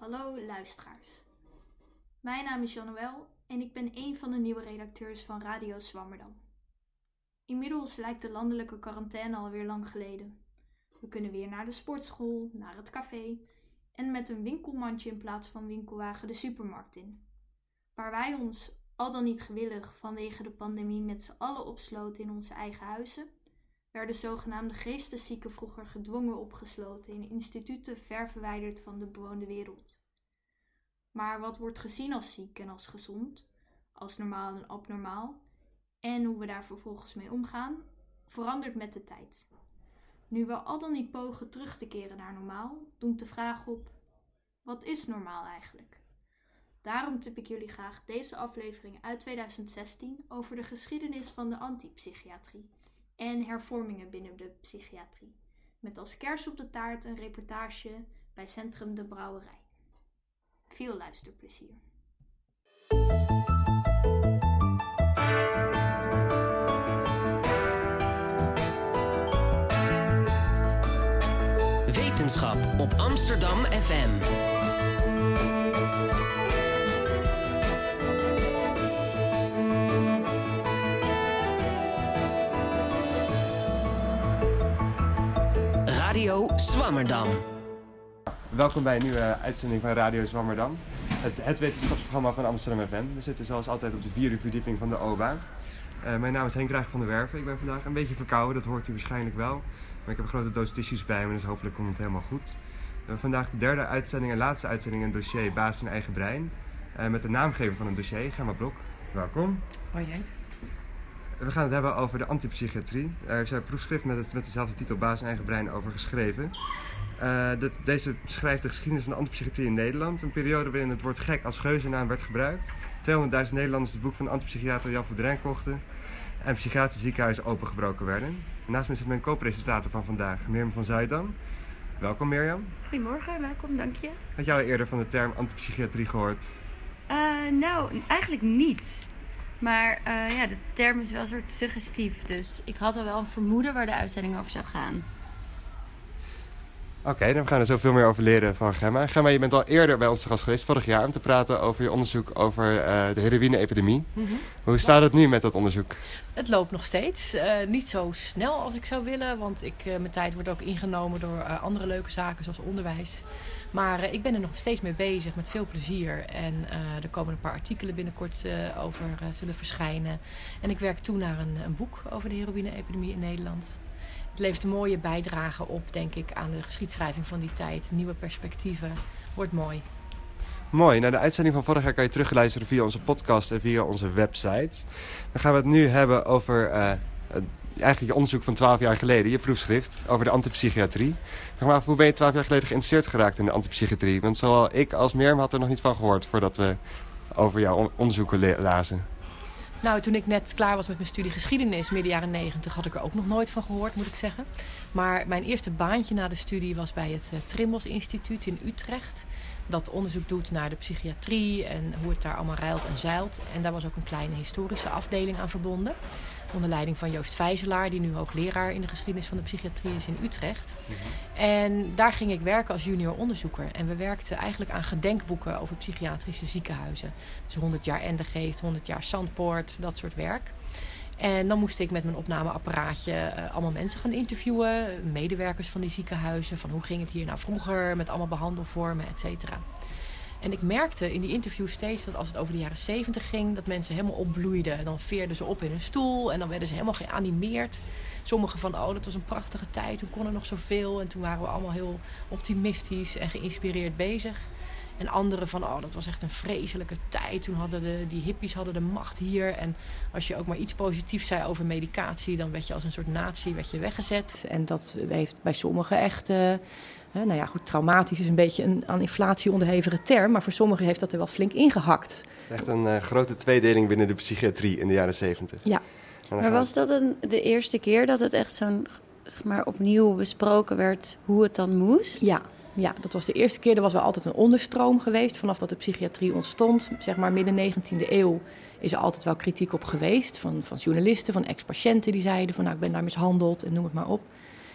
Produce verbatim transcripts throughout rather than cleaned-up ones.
Hallo luisteraars. Mijn naam is Jan-Noël en ik ben een van de nieuwe redacteurs van Radio Zwammerdam. Inmiddels lijkt de landelijke quarantaine alweer lang geleden. We kunnen weer naar de sportschool, naar het café en met een winkelmandje in plaats van winkelwagen de supermarkt in. Waar wij ons, al dan niet gewillig vanwege de pandemie, met z'n allen opsloten in onze eigen huizen, werden zogenaamde geesteszieken vroeger gedwongen opgesloten in instituten ver verwijderd van de bewoonde wereld. Maar wat wordt gezien als ziek en als gezond, als normaal en abnormaal, en hoe we daar vervolgens mee omgaan, verandert met de tijd. Nu we al dan niet pogen terug te keren naar normaal, doemt de vraag op: wat is normaal eigenlijk? Daarom tip ik jullie graag deze aflevering uit twintig zestien over de geschiedenis van de antipsychiatrie en hervormingen binnen de psychiatrie, met als kers op de taart een reportage bij Centrum de Brouwerij. Veel luisterplezier. Wetenschap op Amsterdam F M. Radio Zwammerdam. Welkom bij een nieuwe uitzending van Radio Zwammerdam, het, het wetenschapsprogramma van Amsterdam F M. We zitten zoals altijd op de vierde verdieping van de O B A. Uh, mijn naam is Henk Ruijg van der Werven. Ik ben vandaag een beetje verkouden, dat hoort u waarschijnlijk wel. Maar ik heb een grote doos tissues bij me, dus hopelijk komt het helemaal goed. We hebben vandaag de derde uitzending en laatste uitzending in het dossier Baas in eigen brein. Uh, met de naamgever van het dossier, Gemma Blok. Welkom. Hoi Henk. We gaan het hebben over de antipsychiatrie. Er is een proefschrift met, het, met dezelfde titel Baas in eigen brein over geschreven. Uh, de, deze beschrijft de geschiedenis van de antipsychiatrie in Nederland. Een periode waarin het woord gek als geuzennaam werd gebruikt. tweehonderdduizend Nederlanders het boek van de antipsychiater Jan Voudrin kochten. En psychiatrische ziekenhuizen opengebroken werden. Naast me zit mijn co-presentator van vandaag, Mirjam van Zuidam. Welkom Mirjam. Goedemorgen, welkom, dank je. Had jij al eerder van de term antipsychiatrie gehoord? Uh, nou, eigenlijk niet. Maar uh, ja, de term is wel een soort suggestief. Dus ik had al wel een vermoeden waar de uitzending over zou gaan. Oké, okay, dan gaan we er zoveel meer over leren van Gemma. Gemma, je bent al eerder bij ons te gast geweest, vorig jaar, om te praten over je onderzoek over uh, de heroïne-epidemie. Mm-hmm. Hoe staat het nu met dat onderzoek? Het loopt nog steeds. Uh, niet zo snel als ik zou willen, want ik, uh, mijn tijd wordt ook ingenomen door uh, andere leuke zaken zoals onderwijs. Maar uh, ik ben er nog steeds mee bezig, met veel plezier. En uh, er komen een paar artikelen binnenkort uh, over uh, zullen verschijnen. En ik werk toe naar een, een boek over de heroïne-epidemie in Nederland. Het levert een mooie bijdrage op, denk ik, aan de geschiedschrijving van die tijd. Nieuwe perspectieven. Wordt mooi. Mooi. Nou, de uitzending van vorig jaar kan je terugluisteren via onze podcast en via onze website. Dan gaan we het nu hebben over uh, eigenlijk je onderzoek van twaalf jaar geleden, je proefschrift over de antipsychiatrie. Vraag me af, hoe ben je twaalf jaar geleden geïnteresseerd geraakt in de antipsychiatrie? Want zowel ik als Mirjam had er nog niet van gehoord voordat we over jouw onderzoeken le- lazen. Nou, toen ik net klaar was met mijn studie geschiedenis, midden jaren negentig, had ik er ook nog nooit van gehoord, moet ik zeggen. Maar mijn eerste baantje na de studie was bij het uh, Trimbos Instituut in Utrecht. Dat onderzoek doet naar de psychiatrie en hoe het daar allemaal ruilt en zeilt. En daar was ook een kleine historische afdeling aan verbonden. Onder leiding van Joost Vijzelaar, die nu hoogleraar in de geschiedenis van de psychiatrie is in Utrecht. Mm-hmm. En daar ging ik werken als junior onderzoeker. En we werkten eigenlijk aan gedenkboeken over psychiatrische ziekenhuizen. Dus honderd jaar Endegeest, honderd jaar Zandpoort, dat soort werk. En dan moest ik met mijn opnameapparaatje uh, allemaal mensen gaan interviewen. Medewerkers van die ziekenhuizen. Van hoe ging het hier nou vroeger met allemaal behandelvormen, et cetera. En ik merkte in die interviews steeds dat als het over de jaren zeventig ging, dat mensen helemaal opbloeiden. En dan veerden ze op in hun stoel en dan werden ze helemaal geanimeerd. Sommigen van, oh, dat was een prachtige tijd, toen kon er nog zoveel. En toen waren we allemaal heel optimistisch en geïnspireerd bezig. En anderen van, oh, dat was echt een vreselijke tijd. Toen hadden de, die hippies hadden de macht hier. En als je ook maar iets positiefs zei over medicatie, dan werd je als een soort nazi werd je weggezet. En dat heeft bij sommigen echt, uh, nou ja, goed, traumatisch is een beetje een aan inflatie onderhevige term. Maar voor sommigen heeft dat er wel flink ingehakt. Echt een uh, grote tweedeling binnen de psychiatrie in de jaren zeventig. Ja. Maar was dat een, de eerste keer dat het echt zo'n, zeg maar, opnieuw besproken werd hoe het dan moest? Ja. Ja, dat was de eerste keer. Er was wel altijd een onderstroom geweest. Vanaf dat de psychiatrie ontstond, zeg maar midden negentiende eeuw, is er altijd wel kritiek op geweest. Van, van journalisten, van ex-patiënten die zeiden van, nou, ik ben daar mishandeld en noem het maar op.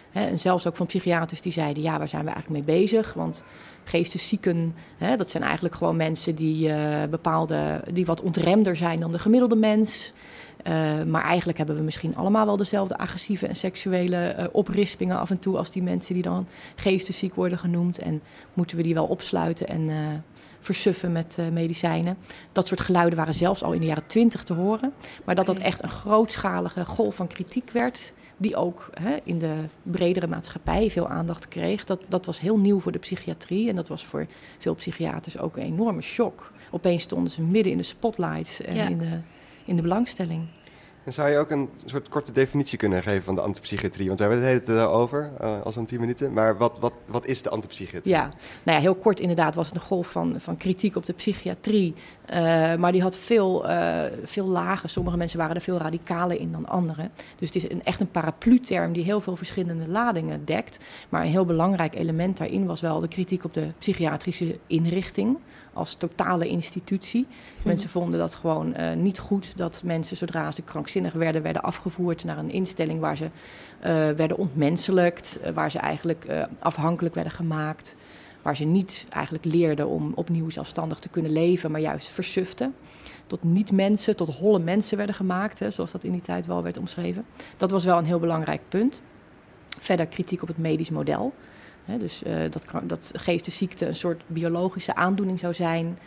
Hè, en zelfs ook van psychiaters die zeiden, ja, waar zijn we eigenlijk mee bezig? Want geesteszieken, hè, dat zijn eigenlijk gewoon mensen die, uh, bepaalde, die wat ontremder zijn dan de gemiddelde mens. Uh, maar eigenlijk hebben we misschien allemaal wel dezelfde agressieve en seksuele uh, oprispingen af en toe als die mensen die dan geestesziek worden genoemd. En moeten we die wel opsluiten en uh, versuffen met uh, medicijnen. Dat soort geluiden waren zelfs al in de jaren twintig te horen. Maar dat dat echt een grootschalige golf van kritiek werd, die ook hè, in de bredere maatschappij veel aandacht kreeg. Dat, dat was heel nieuw voor de psychiatrie en dat was voor veel psychiaters ook een enorme shock. Opeens stonden ze midden in de spotlight en ja. in, de, in de belangstelling. En zou je ook een soort korte definitie kunnen geven van de antipsychiatrie? Want we hebben het de hele tijd over, uh, al zo'n tien minuten. Maar wat, wat, wat is de antipsychiatrie? Ja, nou ja, heel kort inderdaad was het een golf van, van kritiek op de psychiatrie. Uh, maar die had veel, uh, veel lagen. Sommige mensen waren er veel radicaler in dan anderen. Dus het is een, echt een paraplu-term die heel veel verschillende ladingen dekt. Maar een heel belangrijk element daarin was wel de kritiek op de psychiatrische inrichting als totale institutie. Hm. Mensen vonden dat gewoon uh, niet goed dat mensen, zodra ze krankzinnig werden, werden afgevoerd naar een instelling waar ze uh, werden ontmenselijkt, uh, waar ze eigenlijk uh, afhankelijk werden gemaakt, waar ze niet eigenlijk leerden om opnieuw zelfstandig te kunnen leven, maar juist versuften. Tot niet-mensen, tot holle mensen werden gemaakt, hè, zoals dat in die tijd wel werd omschreven. Dat was wel een heel belangrijk punt. Verder kritiek op het medisch model. He, dus uh, dat, dat geestesziekte een soort biologische aandoening zou zijn.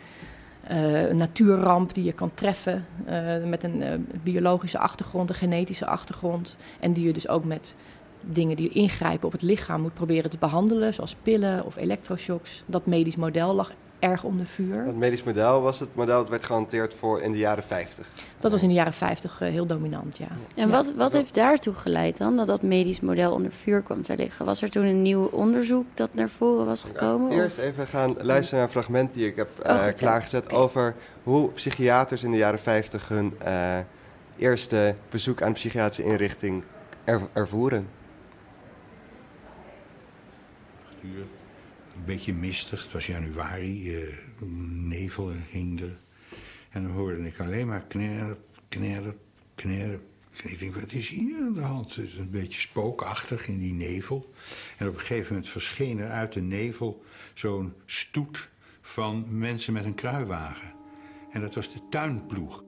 Uh, een natuurramp die je kan treffen uh, met een uh, biologische achtergrond, een genetische achtergrond. En die je dus ook met dingen die ingrijpen op het lichaam moet proberen te behandelen, zoals pillen of elektroshocks. Dat medisch model lag erg onder vuur. Dat medisch model was het model dat werd gehanteerd voor in de jaren vijftig. Dat was in de jaren vijftig uh, heel dominant, ja. En ja. wat, wat heeft daartoe geleid dan, dat dat medisch model onder vuur kwam te liggen? Was er toen een nieuw onderzoek dat naar voren was gekomen? Ja, eerst even gaan luisteren naar een fragment die ik heb uh, oh, klaargezet okay. over hoe psychiaters in de jaren vijftig hun uh, eerste bezoek aan een psychiatrische inrichting er, ervoeren. Een beetje mistig, het was januari, uh, nevel hing er. En dan hoorde ik alleen maar knerp, knerp, knerp. En ik denk, wat is hier aan de hand? Het is een beetje spookachtig in die nevel. En op een gegeven moment verscheen er uit de nevel zo'n stoet van mensen met een kruiwagen. En dat was de tuinploeg.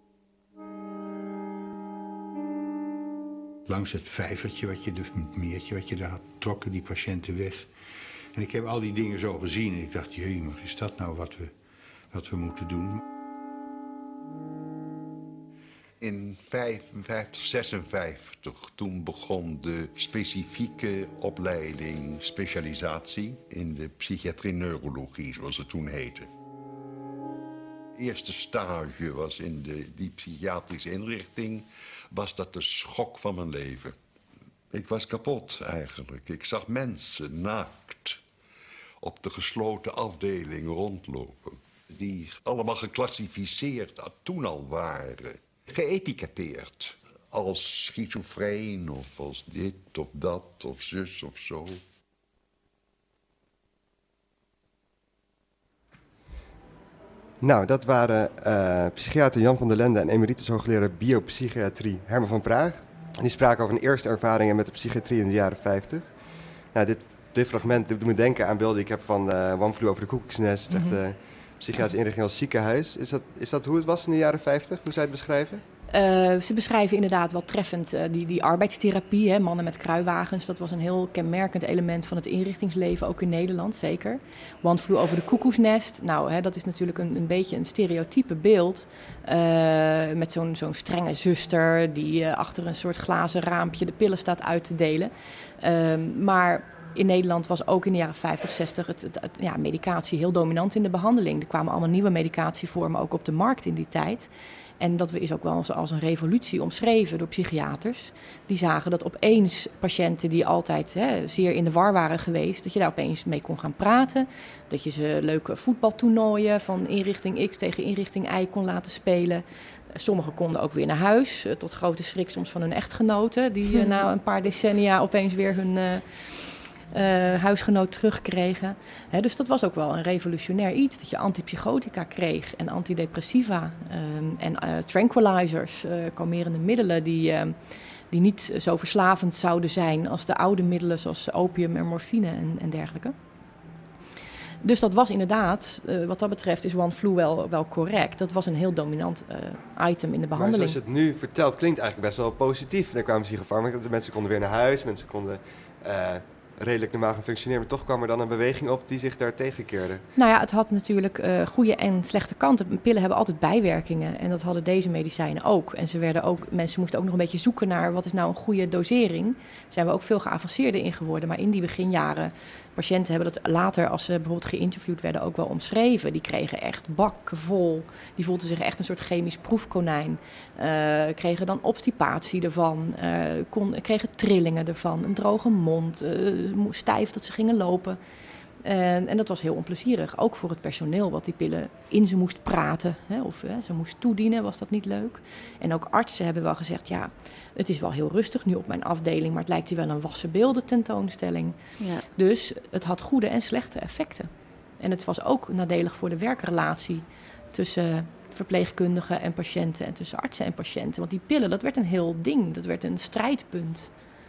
Langs het vijvertje, wat je, het meertje wat je daar had, trokken die patiënten weg. En ik heb al die dingen zo gezien en ik dacht, jee, is dat nou wat we, wat we moeten doen? In vijfenvijftig, zesenvijftig, toen begon de specifieke opleiding, specialisatie in de psychiatrie-neurologie, zoals het toen heette. De eerste stage was in de, die psychiatrische inrichting, was dat de schok van mijn leven. Ik was kapot eigenlijk. Ik zag mensen naakt op de gesloten afdeling rondlopen, die allemaal geclassificeerd toen al waren. Geëtiketteerd als schizofreen of als dit of dat of zus of zo. Nou, dat waren uh, psychiater Jan van der Lende en emeritus hoogleraar biopsychiatrie Herman van Praag. En die spraken over hun eerste ervaringen met de psychiatrie in de jaren vijftig. Nou, dit, dit fragment dit doet me denken aan beelden die ik heb van uh, One Flew Over the Cuckoo's Nest. Mm-hmm. Echt, uh, psychiatrische inrichting als ziekenhuis. Is dat, is dat hoe het was in de jaren vijftig? Hoe zou je het beschrijven? Uh, ze beschrijven inderdaad wel treffend uh, die, die arbeidstherapie, hè, mannen met kruiwagens. Dat was een heel kenmerkend element van het inrichtingsleven, ook in Nederland, zeker. One Flew Over the Cuckoo's Nest. Nou, hè, dat is natuurlijk een, een beetje een stereotype beeld. Uh, met zo'n, zo'n strenge zuster die uh, achter een soort glazen raampje de pillen staat uit te delen. Uh, maar in Nederland was ook in de jaren vijftig, zestig het, het, het, ja, medicatie heel dominant in de behandeling. Er kwamen allemaal nieuwe medicatievormen ook op de markt in die tijd. En dat is ook wel als, als een revolutie omschreven door psychiaters. Die zagen dat opeens patiënten die altijd hè, zeer in de war waren geweest, dat je daar opeens mee kon gaan praten. Dat je ze leuke voetbaltoernooien van inrichting X tegen inrichting Y kon laten spelen. Sommigen konden ook weer naar huis, tot grote schrik soms van hun echtgenoten, die uh, na een paar decennia opeens weer hun Uh, Uh, huisgenoot terugkregen. He, dus dat was ook wel een revolutionair iets. Dat je antipsychotica kreeg en antidepressiva um, en uh, tranquilizers, uh, kalmerende middelen die uh, die niet zo verslavend zouden zijn als de oude middelen zoals opium en morfine en, en dergelijke. Dus dat was inderdaad, uh, wat dat betreft is One Flu wel, wel correct. Dat was een heel dominant uh, item in de behandeling. Maar zoals je het nu vertelt, klinkt eigenlijk best wel positief. Er kwamen psychofarmaca, de mensen konden weer naar huis, mensen konden uh, redelijk normaal gaan functioneren. Maar toch kwam er dan een beweging op die zich daar tegenkeerde. Nou ja, het had natuurlijk uh, goede en slechte kanten. Pillen hebben altijd bijwerkingen en dat hadden deze medicijnen ook. En ze werden ook, mensen moesten ook nog een beetje zoeken naar wat is nou een goede dosering. Daar zijn we ook veel geavanceerder in geworden. Maar in die beginjaren, patiënten hebben dat later, als ze bijvoorbeeld geïnterviewd werden, ook wel omschreven. Die kregen echt bakken vol. Die voelden zich echt een soort chemisch proefkonijn. Uh, kregen dan obstipatie ervan. Uh, kon, kregen trillingen ervan. Een droge mond. Uh, stijf dat ze gingen lopen. En, en dat was heel onplezierig. Ook voor het personeel wat die pillen in ze moest praten. Hè, of hè, ze moest toedienen, was dat niet leuk. En ook artsen hebben wel gezegd, ja, het is wel heel rustig nu op mijn afdeling, maar het lijkt hier wel een wassen beelden tentoonstelling. Ja. Dus het had goede en slechte effecten. En het was ook nadelig voor de werkrelatie tussen verpleegkundigen en patiënten en tussen artsen en patiënten. Want die pillen, dat werd een heel ding. Dat werd een strijdpunt.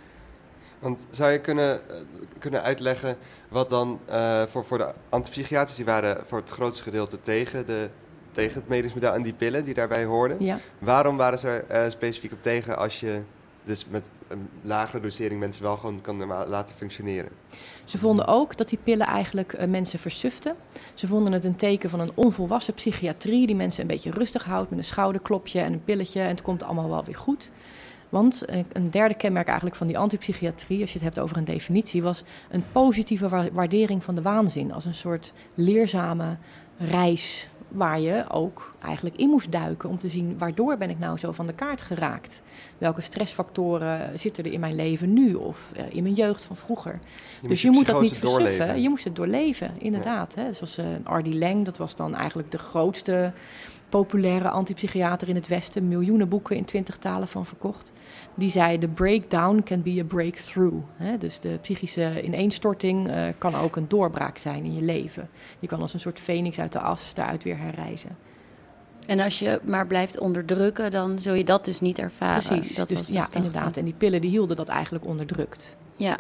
Want zou je kunnen, kunnen uitleggen wat dan uh, voor, voor de antipsychiaters, die waren voor het grootste gedeelte tegen, de, tegen het medisch model en die pillen die daarbij hoorden. Ja. Waarom waren ze er uh, specifiek op tegen als je dus met een lagere dosering mensen wel gewoon kan laten functioneren? Ze vonden ook dat die pillen eigenlijk uh, mensen versuften. Ze vonden het een teken van een onvolwassen psychiatrie die mensen een beetje rustig houdt met een schouderklopje en een pilletje en het komt allemaal wel weer goed. Want een derde kenmerk eigenlijk van die antipsychiatrie, als je het hebt over een definitie, was een positieve waardering van de waanzin. Als een soort leerzame reis waar je ook eigenlijk in moest duiken om te zien waardoor ben ik nou zo van de kaart geraakt. Welke stressfactoren zitten er in mijn leven nu of uh, in mijn jeugd van vroeger. Je dus je moet dat niet versuffen, je moest het doorleven, inderdaad. Ja. Hè. Zoals uh, R D Laing, dat was dan eigenlijk de grootste populaire antipsychiater in het Westen, miljoenen boeken in twintig talen van verkocht. Die zei, the breakdown can be a breakthrough. He, dus de psychische ineenstorting uh, kan ook een doorbraak zijn in je leven. Je kan als een soort feniks uit de as daaruit weer herrijzen. En als je maar blijft onderdrukken, dan zul je dat dus niet ervaren. Precies, dat dus, was ja, inderdaad. En die pillen die hielden dat eigenlijk onderdrukt. Ja.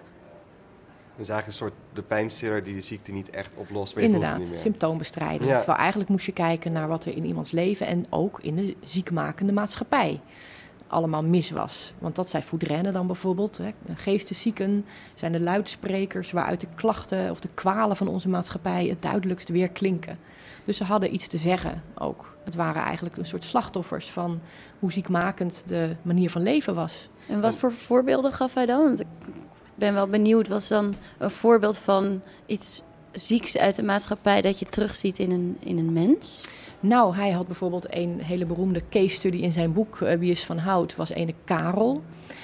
Dus eigenlijk een soort de pijnstiller die de ziekte niet echt oplost. Maar inderdaad, niet meer. Symptoombestrijding. Ja. Terwijl eigenlijk moest je kijken naar wat er in iemands leven en ook in de ziekmakende maatschappij allemaal mis was. Want dat zei Foudrenne dan bijvoorbeeld. Hè. Geesteszieken zijn de luidsprekers waaruit de klachten of de kwalen van onze maatschappij het duidelijkst weer klinken. Dus ze hadden iets te zeggen ook. Het waren eigenlijk een soort slachtoffers van hoe ziekmakend de manier van leven was. En wat voor voorbeelden gaf hij dan? Want ik ben wel benieuwd, wat is dan een voorbeeld van iets zieks uit de maatschappij dat je terugziet in een, in een mens? Nou, hij had bijvoorbeeld een hele beroemde case study in zijn boek, uh, Wie is van Hout, was ene Karel.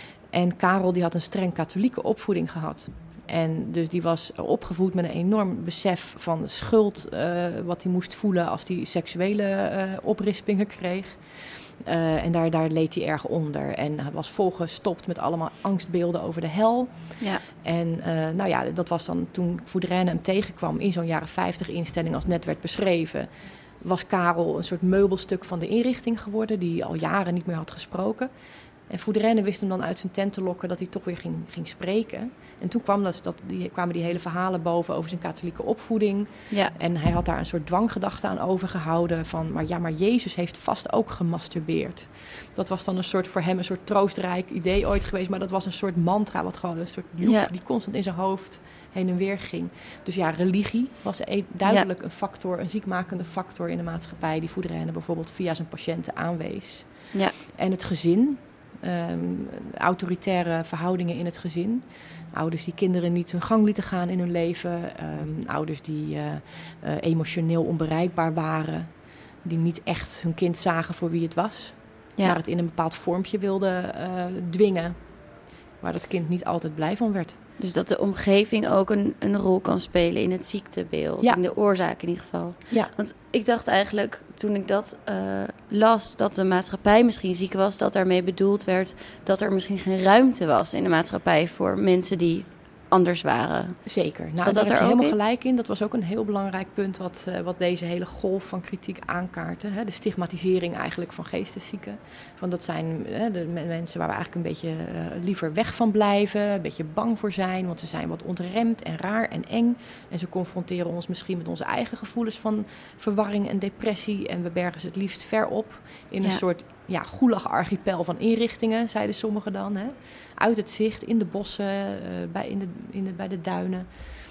En Karel die had een streng katholieke opvoeding gehad. En dus die was opgevoed met een enorm besef van schuld, uh, wat hij moest voelen als hij seksuele uh, oprispingen kreeg. Uh, en daar, daar leed hij erg onder. En hij was volgestopt met allemaal angstbeelden over de hel. Ja. En uh, nou ja, dat was dan toen Foudrenne hem tegenkwam in zo'n jaren vijftig instelling als net werd beschreven, was Karel een soort meubelstuk van de inrichting geworden die al jaren niet meer had gesproken. En Foudrenne wist hem dan uit zijn tent te lokken dat hij toch weer ging, ging spreken. En toen kwam dat, dat, die, kwamen die hele verhalen boven over zijn katholieke opvoeding. Ja. En hij had daar een soort dwanggedachte aan overgehouden van, maar ja, maar Jezus heeft vast ook gemasturbeerd. Dat was dan een soort voor hem een soort troostrijk idee ooit geweest, maar dat was een soort mantra, wat gewoon een soort loop ja. die constant in zijn hoofd heen en weer ging. Dus ja, religie was duidelijk ja. een factor, een ziekmakende factor in de maatschappij die Foudrenne bijvoorbeeld via zijn patiënten aanwees. Ja. En het gezin. Um, autoritaire verhoudingen in het gezin. Ouders die kinderen niet hun gang lieten gaan in hun leven. Um, ouders die uh, uh, emotioneel onbereikbaar waren. Die niet echt hun kind zagen voor wie het was. Ja. Maar het in een bepaald vormpje wilden uh, dwingen. Waar dat kind niet altijd blij van werd. Dus dat de omgeving ook een, een rol kan spelen in het ziektebeeld. Ja. In de oorzaak in ieder geval. Ja. Want ik dacht eigenlijk, toen ik dat uh, las, dat de maatschappij misschien ziek was, dat daarmee bedoeld werd dat er misschien geen ruimte was in de maatschappij voor mensen die anders waren. Zeker. Nou, Zat daar dat heb er je ook helemaal in? gelijk in. Dat was ook een heel belangrijk punt wat, uh, wat deze hele golf van kritiek aankaartte. Hè? De stigmatisering eigenlijk van geesteszieken. Van dat zijn hè, de m- mensen waar we eigenlijk een beetje uh, liever weg van blijven. Een beetje bang voor zijn. Want ze zijn wat ontremd en raar en eng. En ze confronteren ons misschien met onze eigen gevoelens van verwarring en depressie. En we bergen ze het liefst ver op in een Ja. soort ja, gulag-archipel van inrichtingen, zeiden sommigen dan. Hè? Uit het zicht, in de bossen, uh, bij, in de, in de, bij de duinen.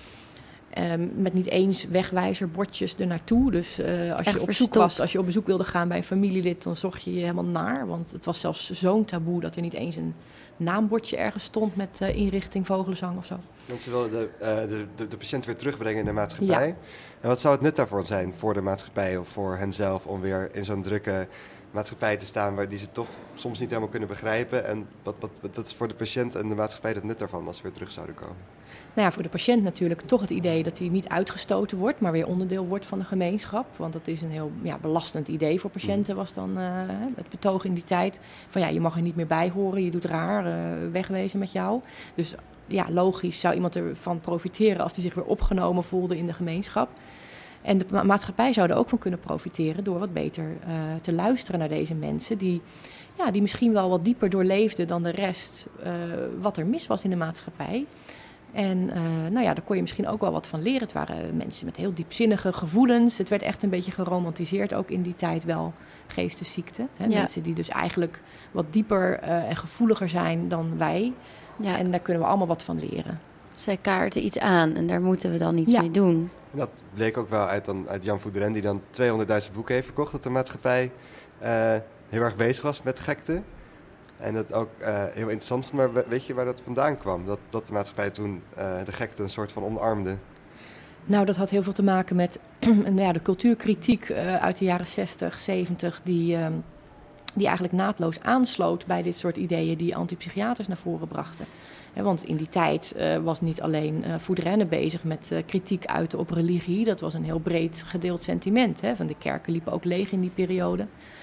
Um, met niet eens wegwijzerbordjes ernaartoe. Dus uh, als je Echt op zoek verstopt. was, als je op bezoek wilde gaan bij een familielid, dan zocht je je helemaal naar. Want het was zelfs zo'n taboe dat er niet eens een naambordje ergens stond met uh, inrichting Vogelenzang of zo. Want ze wilden de, uh, de, de, de patiënt weer terugbrengen in de maatschappij. Ja. En wat zou het nut daarvoor zijn voor de maatschappij of voor henzelf om weer in zo'n drukke maatschappij te staan waar die ze toch soms niet helemaal kunnen begrijpen? En wat, wat, wat, dat is voor de patiënt en de maatschappij het nut daarvan als ze weer terug zouden komen? Nou ja, voor de patiënt natuurlijk toch het idee dat hij niet uitgestoten wordt, maar weer onderdeel wordt van de gemeenschap. Want dat is een heel ja, belastend idee voor patiënten, was dan uh, het betoog in die tijd. Van ja, je mag er niet meer bij horen, je doet raar, uh, wegwezen met jou. Dus ja, logisch zou iemand ervan profiteren als hij zich weer opgenomen voelde in de gemeenschap. En de ma- maatschappij zou er ook van kunnen profiteren door wat beter uh, te luisteren naar deze mensen die, ja, die misschien wel wat dieper doorleefden dan de rest uh, wat er mis was in de maatschappij. En uh, nou ja, daar kon je misschien ook wel wat van leren. Het waren mensen met heel diepzinnige gevoelens. Het werd echt een beetje geromantiseerd, ook in die tijd wel, geestesziekte. Hè? Ja. Mensen die dus eigenlijk wat dieper uh, en gevoeliger zijn dan wij. Ja. En daar kunnen we allemaal wat van leren. Zij kaarten iets aan en daar moeten we dan iets Ja. mee doen. En dat bleek ook wel uit, dan, uit Jan Vouderen, die dan tweehonderdduizend boeken heeft verkocht. Dat de maatschappij uh, heel erg bezig was met gekte. En dat ook uh, heel interessant vond, maar weet je waar dat vandaan kwam? Dat, dat de maatschappij toen uh, de gekte een soort van omarmde. Nou, dat had heel veel te maken met nou ja, de cultuurkritiek uh, uit de jaren zestig, zeventig... die, uh, die eigenlijk naadloos aansloot bij dit soort ideeën die antipsychiaters naar voren brachten. He, want in die tijd uh, was niet alleen uh, Vouderen bezig met uh, kritiek uiten op religie. Dat was een heel breed gedeeld sentiment. Hè. Van de kerken liepen ook leeg in die periode.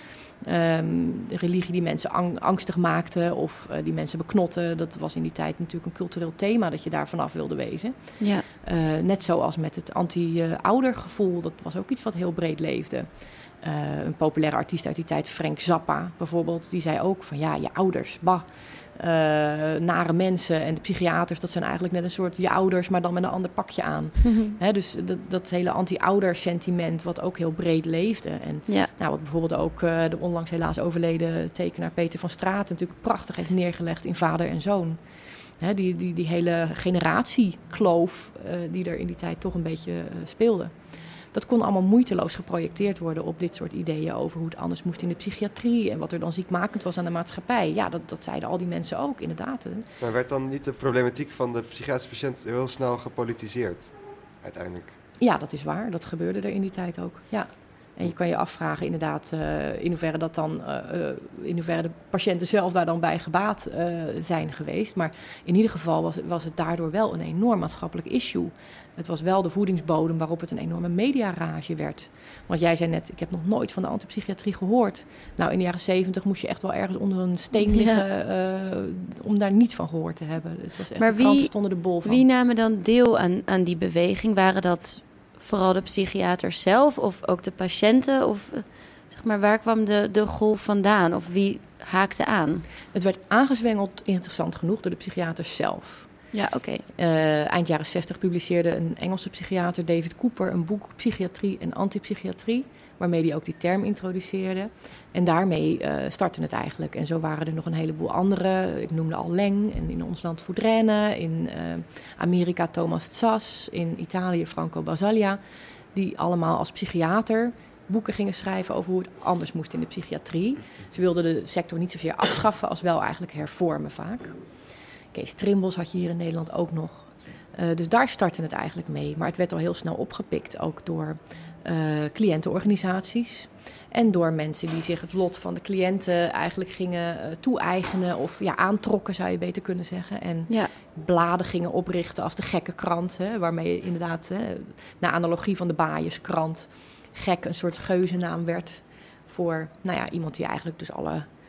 Um, de religie die mensen ang- angstig maakte of uh, die mensen beknotten, dat was in die tijd natuurlijk een cultureel thema dat je daar vanaf wilde wezen. Ja. Uh, net zoals met het anti-oudergevoel, dat was ook iets wat heel breed leefde. Uh, een populaire artiest uit die tijd, Frank Zappa bijvoorbeeld, die zei ook van ja, je ouders, bah, uh, nare mensen en de psychiaters, dat zijn eigenlijk net een soort je ouders, maar dan met een ander pakje aan. Mm-hmm. He, dus dat, dat hele anti-ouder sentiment wat ook heel breed leefde. En Ja. nou, wat bijvoorbeeld ook uh, de onlangs helaas overleden tekenaar Peter van Straten natuurlijk prachtig heeft neergelegd in Vader en Zoon. He, die, die, die hele generatiekloof uh, die er in die tijd toch een beetje uh, speelde. Dat kon allemaal moeiteloos geprojecteerd worden op dit soort ideeën over hoe het anders moest in de psychiatrie en wat er dan ziekmakend was aan de maatschappij. Ja, dat, dat zeiden al die mensen ook, inderdaad. Maar werd dan niet de problematiek van de psychiatrische patiënt heel snel gepolitiseerd, uiteindelijk? Ja, dat is waar. Dat gebeurde er in die tijd ook, ja. En je kan je afvragen inderdaad uh, in hoeverre dat dan, uh, in hoeverre de patiënten zelf daar dan bij gebaat uh, zijn geweest. Maar in ieder geval was, was het daardoor wel een enorm maatschappelijk issue. Het was wel de voedingsbodem waarop het een enorme mediarage werd. Want jij zei net, ik heb nog nooit van de antipsychiatrie gehoord. Nou, in de jaren zeventig moest je echt wel ergens onder een steen liggen ja. uh, om daar niet van gehoord te hebben. Het was echt, maar de kranten wie, stonden er bol van. Wie namen dan deel aan, aan die beweging? Waren dat vooral de psychiaters zelf of ook de patiënten? Of zeg maar, waar kwam de, de golf vandaan? Of wie haakte aan? Het werd aangezwengeld, interessant genoeg, door de psychiaters zelf. Ja, oké. Okay. Uh, eind jaren zestig publiceerde een Engelse psychiater, David Cooper, een boek Psychiatrie en Antipsychiatrie, waarmee hij ook die term introduceerde. En daarmee uh, startte het eigenlijk. En zo waren er nog een heleboel andere. Ik noemde al Leng en in ons land Vouderen, in uh, Amerika Thomas Tsass, in Italië Franco Basaglia, die allemaal als psychiater boeken gingen schrijven over hoe het anders moest in de psychiatrie. Ze wilden de sector niet zozeer afschaffen als wel eigenlijk hervormen vaak. Kees Trimbos had je hier in Nederland ook nog. Uh, dus daar startte het eigenlijk mee. Maar het werd al heel snel opgepikt, ook door uh, cliëntenorganisaties. En door mensen die zich het lot van de cliënten eigenlijk gingen uh, toe-eigenen. Of ja, aantrokken, zou je beter kunnen zeggen. En ja. bladen gingen oprichten als de gekke krant. Hè, waarmee inderdaad, hè, naar analogie van de Baaierskrant, gek een soort geuzennaam werd voor nou ja, iemand die eigenlijk dus alle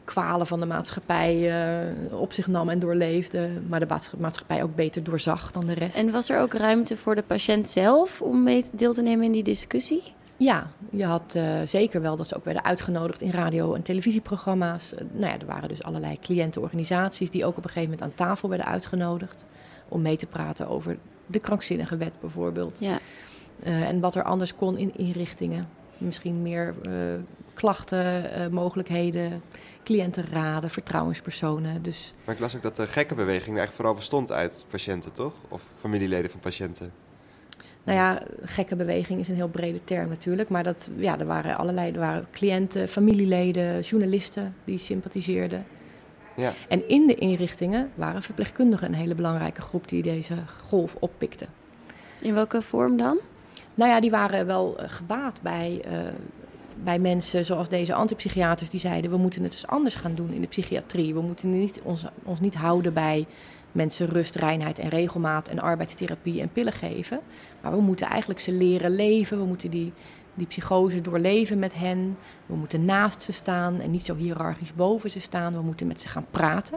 kwalen van de maatschappij uh, op zich nam en doorleefde, maar de maatschappij ook beter doorzag dan de rest. En was er ook ruimte voor de patiënt zelf om mee deel te nemen in die discussie? Ja, je had uh, zeker wel dat ze ook werden uitgenodigd in radio- en televisieprogramma's. Uh, nou ja, er waren dus allerlei cliëntenorganisaties die ook op een gegeven moment aan tafel werden uitgenodigd om mee te praten over de krankzinnige wet bijvoorbeeld. Ja. Uh, en wat er anders kon in inrichtingen. Misschien meer uh, klachten, uh, mogelijkheden, cliëntenraden, vertrouwenspersonen. Dus... Maar ik las ook dat de gekkenbeweging eigenlijk vooral bestond uit patiënten, toch? Of familieleden van patiënten. Nou ja, gekkenbeweging is een heel brede term natuurlijk. Maar dat, ja, er waren allerlei, er waren cliënten, familieleden, journalisten die sympathiseerden. Ja. En in de inrichtingen waren verpleegkundigen een hele belangrijke groep die deze golf oppikte. In welke vorm dan? Nou ja, die waren wel uh, gebaat bij, uh, bij mensen zoals deze antipsychiaters die zeiden, we moeten het dus anders gaan doen in de psychiatrie. We moeten niet, ons, ons niet houden bij mensen rust, reinheid en regelmaat en arbeidstherapie en pillen geven. Maar we moeten eigenlijk ze leren leven. We moeten die, die psychose doorleven met hen. We moeten naast ze staan en niet zo hiërarchisch boven ze staan. We moeten met ze gaan praten.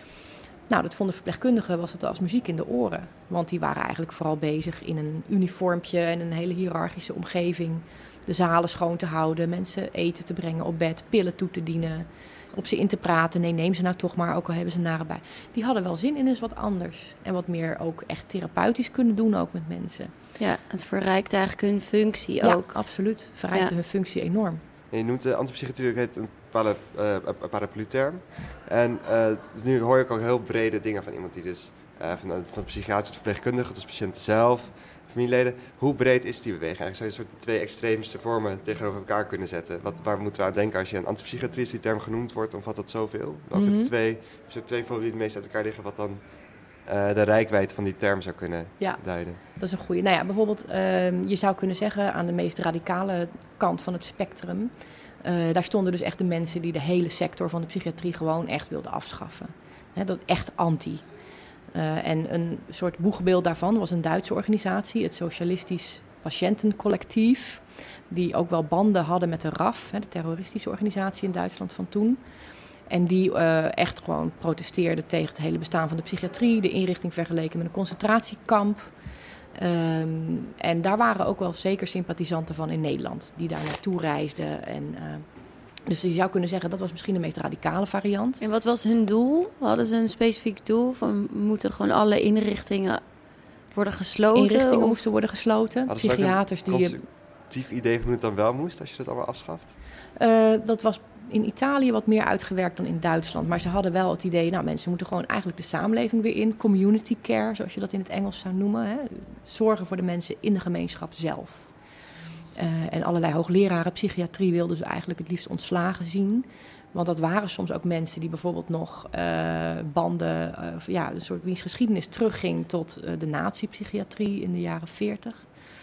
Nou, dat vonden verpleegkundigen, was het als muziek in de oren. Want die waren eigenlijk vooral bezig in een uniformpje en een hele hiërarchische omgeving. De zalen schoon te houden, mensen eten te brengen op bed, pillen toe te dienen. Op ze in te praten, nee, neem ze nou toch maar, ook al hebben ze nare bij. Die hadden wel zin in eens wat anders. En wat meer ook echt therapeutisch kunnen doen ook met mensen. Ja, het verrijkt eigenlijk hun functie ja, ook. Absoluut. Verrijkte ja. hun functie enorm. En je noemt de antipsychiatrie, dat heet een para, uh, paraplu-term. En uh, dus nu hoor ik ook heel brede dingen van iemand die dus uh, van, van psychiatrische verpleegkundige tot patiënten zelf, familieleden. Hoe breed is die beweging? Eigenlijk zou je een soort de twee extreemste vormen tegenover elkaar kunnen zetten. Wat, waar moeten we aan denken als je een antipsychiatrie, als die term genoemd wordt, omvat dat zoveel? Welke mm-hmm. twee, soort twee vormen die het meest uit elkaar liggen, wat dan uh, de reikwijdte van die term zou kunnen ja, duiden? Dat is een goede. Nou ja, bijvoorbeeld, uh, je zou kunnen zeggen aan de meest radicale kant van het spectrum, Uh, daar stonden dus echt de mensen die de hele sector van de psychiatrie gewoon echt wilden afschaffen. He, dat echt anti. Uh, en een soort boegbeeld daarvan was een Duitse organisatie, het Socialistisch Patiëntencollectief, die ook wel banden hadden met de R A F, he, de terroristische organisatie in Duitsland van toen. En die uh, echt gewoon protesteerden tegen het hele bestaan van de psychiatrie, de inrichting vergeleken met een concentratiekamp. Um, en daar waren ook wel zeker sympathisanten van in Nederland, die daar naartoe reisden. En, uh, dus je zou kunnen zeggen, dat was misschien de meest radicale variant. En wat was hun doel? Hadden ze een specifiek doel? Van moeten gewoon alle inrichtingen worden gesloten? Inrichtingen of? moesten worden gesloten. Hadden Psychiaters die... Een constructief idee van hoe het dan wel moest, als je dat allemaal afschaft? Uh, dat was in Italië wat meer uitgewerkt dan in Duitsland. Maar ze hadden wel het idee, nou, mensen moeten gewoon eigenlijk de samenleving weer in. Community care, zoals je dat in het Engels zou noemen. Hè. Zorgen voor de mensen in de gemeenschap zelf. Uh, en allerlei hoogleraren psychiatrie wilden ze eigenlijk het liefst ontslagen zien. Want dat waren soms ook mensen die bijvoorbeeld nog uh, banden, uh, ja, een soort wiens geschiedenis terugging tot uh, de nazi-psychiatrie in de jaren veertig.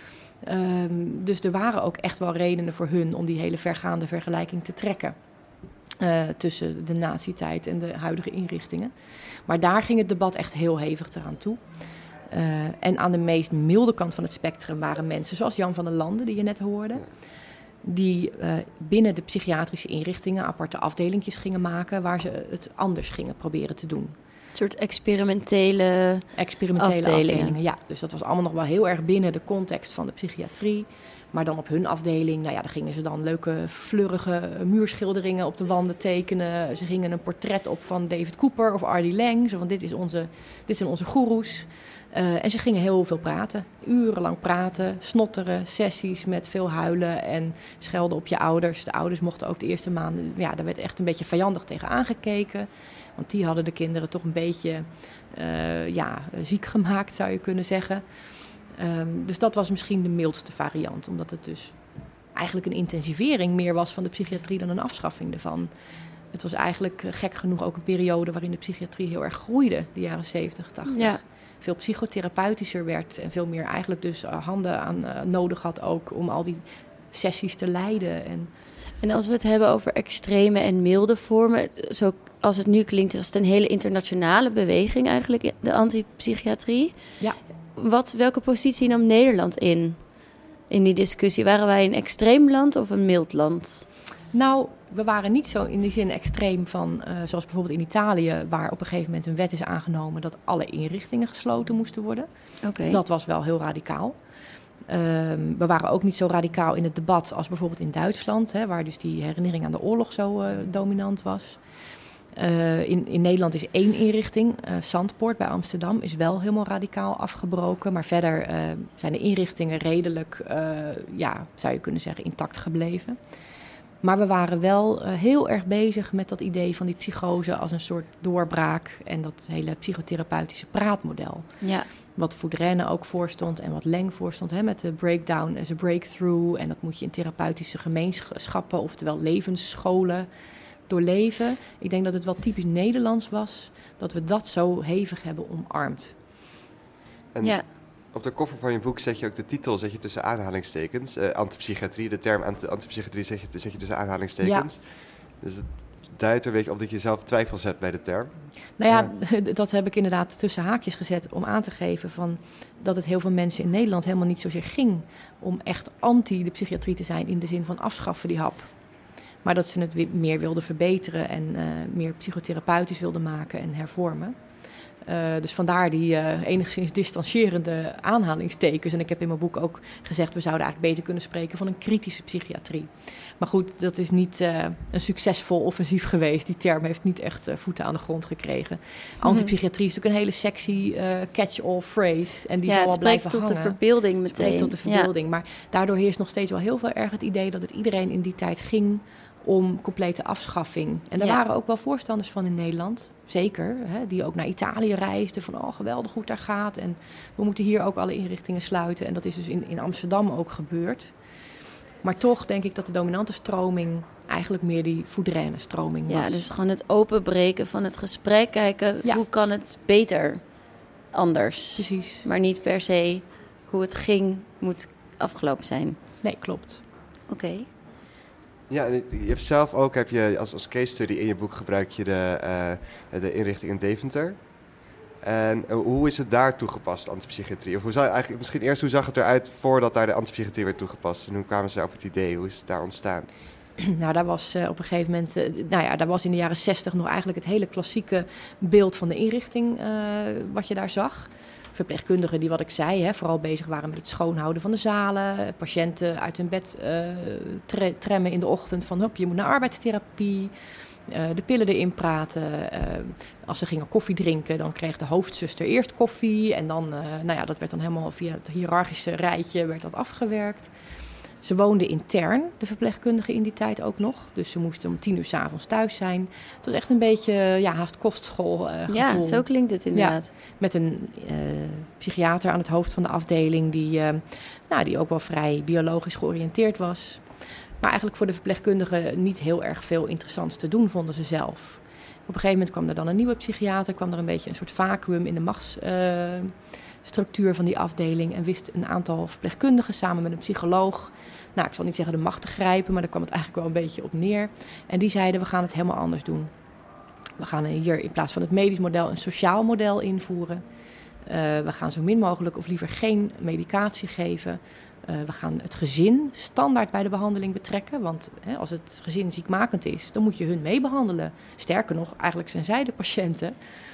Um, dus er waren ook echt wel redenen voor hun om die hele vergaande vergelijking te trekken. Uh, tussen de nazi-tijd en de huidige inrichtingen. Maar daar ging het debat echt heel hevig eraan toe. Uh, en aan de meest milde kant van het spectrum waren mensen zoals Jan van der Landen, die je net hoorde, die uh, binnen de psychiatrische inrichtingen aparte afdelingjes gingen maken waar ze het anders gingen proberen te doen. Een soort experimentele, experimentele afdelingen. afdelingen. Ja, dus dat was allemaal nog wel heel erg binnen de context van de psychiatrie. Maar dan op hun afdeling, nou ja, daar gingen ze dan leuke, fleurige muurschilderingen op de wanden tekenen. Ze gingen een portret op van David Cooper of Artie Lang. Zo van, dit, is onze, dit zijn onze goeroes. Uh, en ze gingen heel veel praten. Urenlang praten, snotteren, sessies met veel huilen en schelden op je ouders. De ouders mochten ook de eerste maanden, ja, daar werd echt een beetje vijandig tegen aangekeken. Want die hadden de kinderen toch een beetje uh, ja, ziek gemaakt, zou je kunnen zeggen. Um, dus dat was misschien de mildste variant. Omdat het dus eigenlijk een intensivering meer was van de psychiatrie dan een afschaffing ervan. Het was eigenlijk uh, gek genoeg ook een periode waarin de psychiatrie heel erg groeide, de jaren zeventig, tachtig. Ja. Veel psychotherapeutischer werd en veel meer eigenlijk dus uh, handen aan uh, nodig had ook om al die sessies te leiden. En, en als we het hebben over extreme en milde vormen, zo als het nu klinkt, was het een hele internationale beweging eigenlijk, de antipsychiatrie. Ja. Wat, welke positie nam Nederland in, in die discussie? Waren wij een extreem land of een mild land? Nou, we waren niet zo in die zin extreem van, uh, zoals bijvoorbeeld in Italië, waar op een gegeven moment een wet is aangenomen dat alle inrichtingen gesloten moesten worden. Okay. Dat was wel heel radicaal. Um, we waren ook niet zo radicaal in het debat als bijvoorbeeld in Duitsland, hè, waar dus die herinnering aan de oorlog zo uh, dominant was. Uh, in, in Nederland is één inrichting, uh, Zandpoort bij Amsterdam, is wel helemaal radicaal afgebroken. Maar verder uh, zijn de inrichtingen redelijk, uh, ja, zou je kunnen zeggen, intact gebleven. Maar we waren wel uh, heel erg bezig met dat idee van die psychose als een soort doorbraak en dat hele psychotherapeutische praatmodel. Ja. Wat Foudrenne ook voorstond en wat Leng voorstond, hè, met de breakdown as a breakthrough. En dat moet je in therapeutische gemeenschappen, oftewel levensscholen, doorleven. Ik denk dat het wel typisch Nederlands was dat we dat zo hevig hebben omarmd. En ja. Op de koffer van je boek zet je ook de titel zet je tussen aanhalingstekens. Uh, antipsychiatrie, de term anti- antipsychiatrie zet je, zet je tussen aanhalingstekens. Ja. Dus het duidt er een beetje op dat je zelf twijfels hebt bij de term. Nou ja, uh. dat heb ik inderdaad tussen haakjes gezet om aan te geven van dat het heel veel mensen in Nederland helemaal niet zozeer ging om echt anti de psychiatrie te zijn in de zin van afschaffen die hap. Maar dat ze het meer wilden verbeteren en uh, meer psychotherapeutisch wilden maken en hervormen. Uh, dus vandaar die uh, enigszins distancierende aanhalingstekens. En ik heb in mijn boek ook gezegd, we zouden eigenlijk beter kunnen spreken van een kritische psychiatrie. Maar goed, dat is niet uh, een succesvol offensief geweest. Die term heeft niet echt uh, voeten aan de grond gekregen. Antipsychiatrie is natuurlijk een hele sexy uh, catch-all phrase. En die ja, zal wel blijven hangen. Het spreekt tot de verbeelding meteen. Het spreekt tot de verbeelding. Ja. Maar daardoor heerst nog steeds wel heel veel erg het idee dat het iedereen in die tijd ging om complete afschaffing. En daar ja. waren ook wel voorstanders van in Nederland, zeker, hè, die ook naar Italië reisden, van oh, geweldig hoe het daar gaat. En we moeten hier ook alle inrichtingen sluiten. En dat is dus in, in Amsterdam ook gebeurd. Maar toch denk ik dat de dominante stroming eigenlijk meer die Foudrenne stroming was. Ja, dus gewoon het openbreken van het gesprek, kijken ja. hoe kan het beter anders. Precies. Maar niet per se hoe het ging moet afgelopen zijn. Nee, klopt. Oké. Okay. Ja, en je hebt zelf ook, heb je als, als case study in je boek gebruik je de, uh, de inrichting in Deventer. En uh, hoe is het daar toegepast, antipsychiatrie? Of hoe zou, eigenlijk, misschien eerst, hoe zag het eruit voordat daar de antipsychiatrie werd toegepast? En hoe kwamen ze op het idee? Hoe is het daar ontstaan? Nou, daar was uh, op een gegeven moment, uh, nou ja, daar was in de jaren zestig nog eigenlijk het hele klassieke beeld van de inrichting uh, wat je daar zag. Verpleegkundigen die, wat ik zei, hè, vooral bezig waren met het schoonhouden van de zalen. Patiënten uit hun bed uh, tre- tremmen in de ochtend van hop, je moet naar arbeidstherapie. Uh, de pillen erin praten. Uh, als ze gingen koffie drinken, dan kreeg de hoofdzuster eerst koffie. En dan, uh, nou ja, dat werd dan helemaal via het hiërarchische rijtje werd dat afgewerkt. Ze woonden intern, de verpleegkundigen in die tijd ook nog. Dus ze moesten om tien uur 's avonds thuis zijn. Het was echt een beetje, ja, haast kostschool uh, gevoel. Ja, zo klinkt het inderdaad. Ja, met een uh, psychiater aan het hoofd van de afdeling die, uh, nou, die ook wel vrij biologisch georiënteerd was. Maar eigenlijk voor de verpleegkundigen niet heel erg veel interessants te doen, vonden ze zelf. Op een gegeven moment kwam er dan een nieuwe psychiater, kwam er een beetje een soort vacuüm in de machtsstructuur uh, van die afdeling en wist een aantal verpleegkundigen samen met een psycholoog, nou, ik zal niet zeggen de macht te grijpen, maar daar kwam het eigenlijk wel een beetje op neer. En die zeiden, we gaan het helemaal anders doen. We gaan hier in plaats van het medisch model een sociaal model invoeren. Uh, we gaan zo min mogelijk of liever geen medicatie geven. Uh, we gaan het gezin standaard bij de behandeling betrekken. Want hè, als het gezin ziekmakend is, dan moet je hun meebehandelen. Sterker nog, eigenlijk zijn zij de patiënten.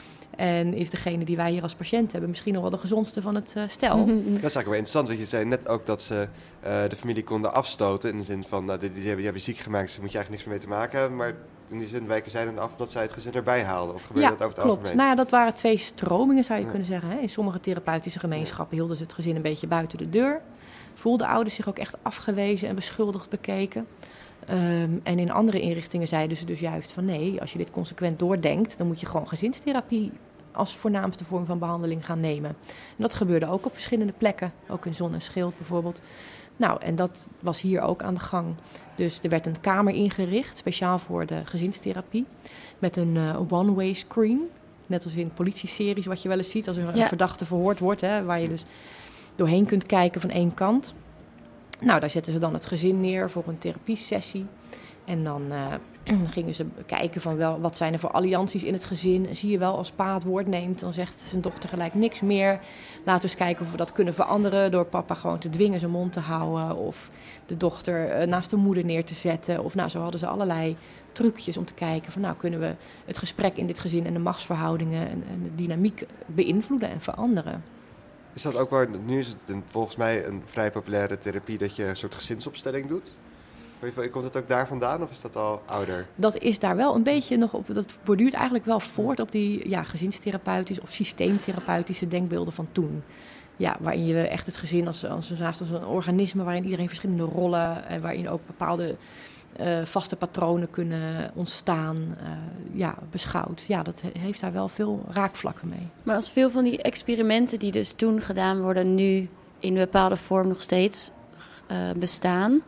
En is degene die wij hier als patiënt hebben misschien nog wel de gezondste van het uh, stel. Dat is eigenlijk wel interessant, want je zei net ook dat ze uh, de familie konden afstoten. In de zin van, uh, die, die, hebben, die hebben ziek gemaakt, dus daar moet je eigenlijk niks meer mee te maken hebben. Maar in die zin wijken zij dan af dat zij het gezin erbij haalden. Of gebeurde ja, dat over het klopt. algemeen? Nou ja, dat waren twee stromingen, zou je ja. kunnen zeggen. Hè. In sommige therapeutische gemeenschappen hielden ze het gezin een beetje buiten de deur. Voelden ouders zich ook echt afgewezen en beschuldigd bekeken. Um, en in andere inrichtingen zeiden ze dus juist van nee, als je dit consequent doordenkt, dan moet je gewoon gezinstherapie als voornaamste vorm van behandeling gaan nemen. En dat gebeurde ook op verschillende plekken, ook in Zon en Schild bijvoorbeeld. Nou, en dat was hier ook aan de gang. Dus er werd een kamer ingericht, speciaal voor de gezinstherapie, met een uh, one-way screen. Net als in politieseries, wat je wel eens ziet, als er een ja. verdachte verhoord wordt, hè, waar je dus doorheen kunt kijken van één kant. Nou, daar zetten ze dan het gezin neer voor een therapiesessie. En dan uh, gingen ze kijken van wel, wat zijn er voor allianties in het gezin. En zie je wel, als pa het woord neemt, dan zegt zijn dochter gelijk niks meer. Laten we eens kijken of we dat kunnen veranderen door papa gewoon te dwingen zijn mond te houden. Of de dochter uh, naast de moeder neer te zetten. Of nou, zo hadden ze allerlei trucjes om te kijken van nou, kunnen we het gesprek in dit gezin en de machtsverhoudingen en, en de dynamiek beïnvloeden en veranderen. Is dat ook waar, nu is het een, volgens mij een vrij populaire therapie dat je een soort gezinsopstelling doet? Komt het ook daar vandaan of is dat al ouder? Dat is daar wel een beetje nog op, dat borduurt eigenlijk wel voort op die ja, gezinstherapeutische of systeemtherapeutische denkbeelden van toen. Ja, waarin je echt het gezin als, als, als een organisme waarin iedereen verschillende rollen en waarin ook bepaalde uh, vaste patronen kunnen ontstaan, uh, ja, beschouwt. Ja, dat heeft daar wel veel raakvlakken mee. Maar als veel van die experimenten die dus toen gedaan worden, nu in een bepaalde vorm nog steeds uh, bestaan,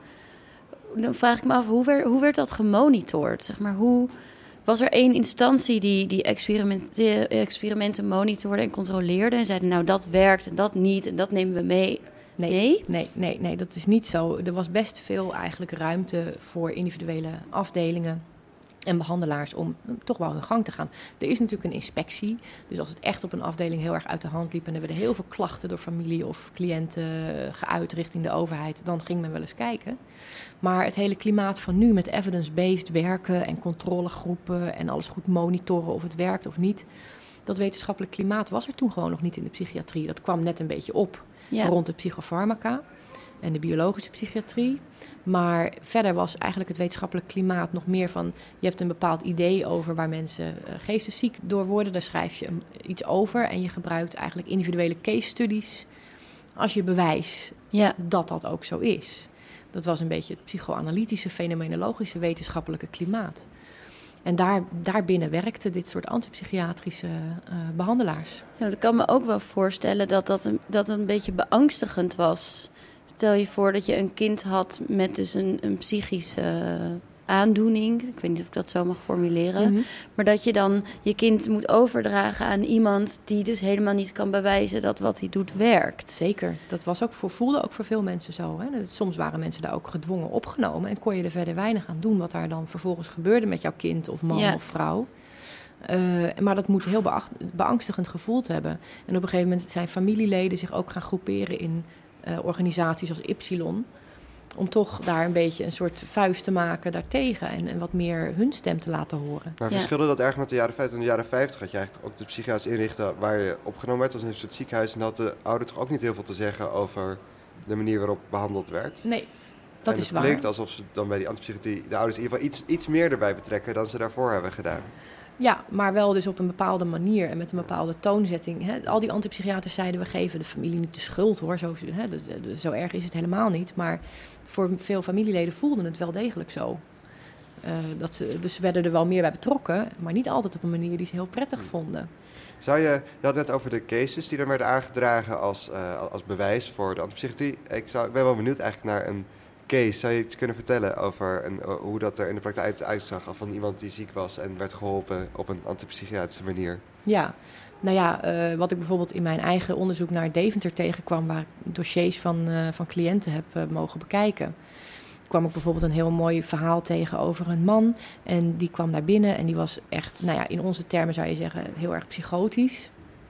dan vraag ik me af, hoe werd, hoe werd dat gemonitord? Zeg maar, hoe was er één instantie die die experimenten, experimenten monitorde en controleerde en zeiden, nou, dat werkt en dat niet en dat nemen we mee? Nee, nee, nee, nee, nee, dat is niet zo. Er was best veel eigenlijk ruimte voor individuele afdelingen en behandelaars om toch wel hun gang te gaan. Er is natuurlijk een inspectie. Dus als het echt op een afdeling heel erg uit de hand liep en er werden heel veel klachten door familie of cliënten geuit richting de overheid, dan ging men wel eens kijken. Maar het hele klimaat van nu met evidence-based werken en controlegroepen en alles goed monitoren of het werkt of niet, dat wetenschappelijk klimaat was er toen gewoon nog niet in de psychiatrie. Dat kwam net een beetje op ja. rond de psychofarmaca en de biologische psychiatrie. Maar verder was eigenlijk het wetenschappelijk klimaat nog meer van, je hebt een bepaald idee over waar mensen uh, geestesziek door worden. Daar schrijf je um, iets over en je gebruikt eigenlijk individuele case studies als je bewijs ja. dat dat ook zo is. Dat was een beetje het psychoanalytische, fenomenologische wetenschappelijke klimaat. En daar, daarbinnen werkten dit soort antipsychiatrische uh, behandelaars. Ja, ik kan me ook wel voorstellen dat dat een, dat een beetje beangstigend was. Stel je voor dat je een kind had met dus een, een psychische aandoening. Ik weet niet of ik dat zo mag formuleren. Mm-hmm. Maar dat je dan je kind moet overdragen aan iemand die dus helemaal niet kan bewijzen dat wat hij doet werkt. Zeker. Dat was ook voor, voelde ook voor veel mensen zo. Hè? Soms waren mensen daar ook gedwongen opgenomen en kon je er verder weinig aan doen wat daar dan vervolgens gebeurde met jouw kind of man ja. of vrouw. Uh, maar dat moet heel beacht, beangstigend gevoeld hebben. En op een gegeven moment zijn familieleden zich ook gaan groeperen in uh, organisaties als Ypsilon, om toch daar een beetje een soort vuist te maken daartegen en, en wat meer hun stem te laten horen. Maar verschilde ja. dat erg met de jaren vijftig? In de jaren vijftig had je eigenlijk ook de psychiatrische inrichten waar je opgenomen werd als in een soort ziekenhuis en had de ouder toch ook niet heel veel te zeggen over de manier waarop behandeld werd? Nee, dat en is het waar. Het klinkt alsof ze dan bij die antipsychiatrie de ouders in ieder geval iets, iets meer erbij betrekken dan ze daarvoor hebben gedaan. Ja, maar wel dus op een bepaalde manier en met een bepaalde toonzetting. Hè. Al die antipsychiaters zeiden, we geven de familie niet de schuld hoor. Zo, hè, de, de, zo erg is het helemaal niet. Maar voor veel familieleden voelden het wel degelijk zo. Uh, dat ze, dus ze werden er wel meer bij betrokken, maar niet altijd op een manier die ze heel prettig vonden. Zou je, je had net over de cases die er werden aangedragen als, uh, als bewijs voor de antipsychiatrie. Ik, zou, ik ben wel benieuwd eigenlijk naar een case. Zou je iets kunnen vertellen over een, uh, hoe dat er in de praktijk uitzag van iemand die ziek was en werd geholpen op een antipsychiatrische manier? Ja, nou ja, uh, wat ik bijvoorbeeld in mijn eigen onderzoek naar Deventer tegenkwam, waar ik dossiers van, uh, van cliënten heb uh, mogen bekijken, kwam ik bijvoorbeeld een heel mooi verhaal tegen over een man. En die kwam naar binnen en die was echt, nou ja, in onze termen zou je zeggen, heel erg psychotisch.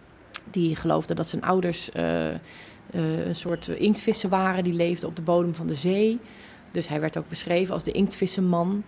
Die geloofde dat zijn ouders uh, uh, een soort inktvissen waren. Die leefden op de bodem van de zee. Dus hij werd ook beschreven als de inktvissenman.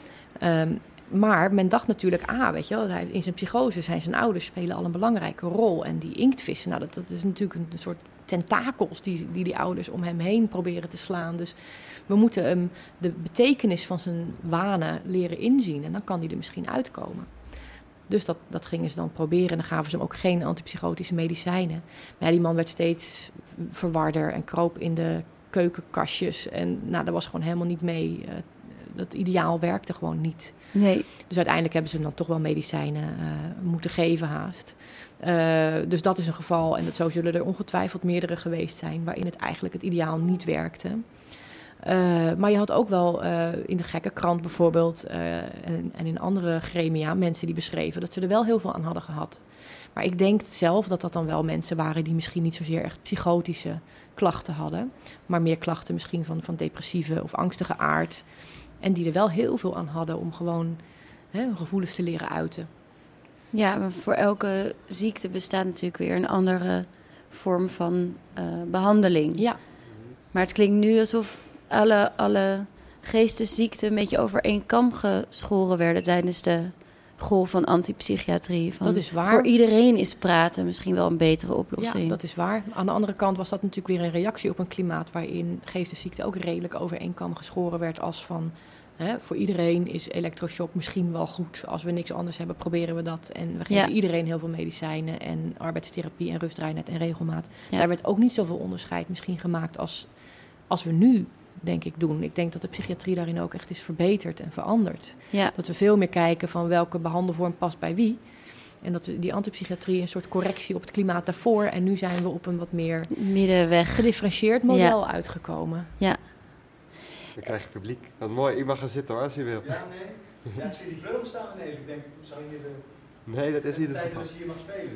Um, maar men dacht natuurlijk, ah, weet je wel, in zijn psychose zijn zijn ouders spelen al een belangrijke rol. En die inktvissen, nou, dat, dat is natuurlijk een, een soort tentakels die, die die ouders om hem heen proberen te slaan. Dus we moeten hem de betekenis van zijn wanen leren inzien. En dan kan hij er misschien uitkomen. Dus dat, dat gingen ze dan proberen. En dan gaven ze hem ook geen antipsychotische medicijnen. Maar ja, die man werd steeds verwarder en kroop in de keukenkastjes. En nou, dat was gewoon helemaal niet mee. Uh, dat ideaal werkte gewoon niet. Nee. Dus uiteindelijk hebben ze hem dan toch wel medicijnen uh, moeten geven haast. Uh, dus dat is een geval. En dat, zo zullen er ongetwijfeld meerdere geweest zijn waarin het eigenlijk het ideaal niet werkte. Uh, maar je had ook wel uh, in de Gekkenkrant bijvoorbeeld uh, en, en in andere gremia mensen die beschreven dat ze er wel heel veel aan hadden gehad. Maar ik denk zelf dat dat dan wel mensen waren die misschien niet zozeer echt psychotische klachten hadden, maar meer klachten misschien van, van depressieve of angstige aard. En die er wel heel veel aan hadden om gewoon hè, hun gevoelens te leren uiten. Ja, maar voor elke ziekte bestaat natuurlijk weer een andere vorm van uh, behandeling. Ja. Maar het klinkt nu alsof alle, alle geestesziekten een beetje over één kam geschoren werden tijdens de golf van antipsychiatrie. Van, dat is waar. Voor iedereen is praten misschien wel een betere oplossing. Ja, dat is waar. Aan de andere kant was dat natuurlijk weer een reactie op een klimaat waarin geestesziekte ook redelijk over één kam geschoren werd als van hè, voor iedereen is elektroshock misschien wel goed. Als we niks anders hebben, proberen we dat. En we geven Ja. iedereen heel veel medicijnen en arbeidstherapie en rustreinheid en regelmaat. Ja. Daar werd ook niet zoveel onderscheid misschien gemaakt als, als we nu, denk ik, doen. Ik denk dat de psychiatrie daarin ook echt is verbeterd en veranderd. Ja. Dat we veel meer kijken van welke behandelvorm past bij wie. En dat we die antipsychiatrie een soort correctie op het klimaat daarvoor. En nu zijn we op een wat meer middenweg gedifferentieerd model ja. uitgekomen. Ja. Dan krijg je publiek. Wat mooi, u mag gaan zitten hoor, als u wil. Ja, nee. Ja, ik zie die vleugels staan ineens. Ik denk, zou hier de... Nee, dat is niet het tijd geval. dat je hier mag spelen.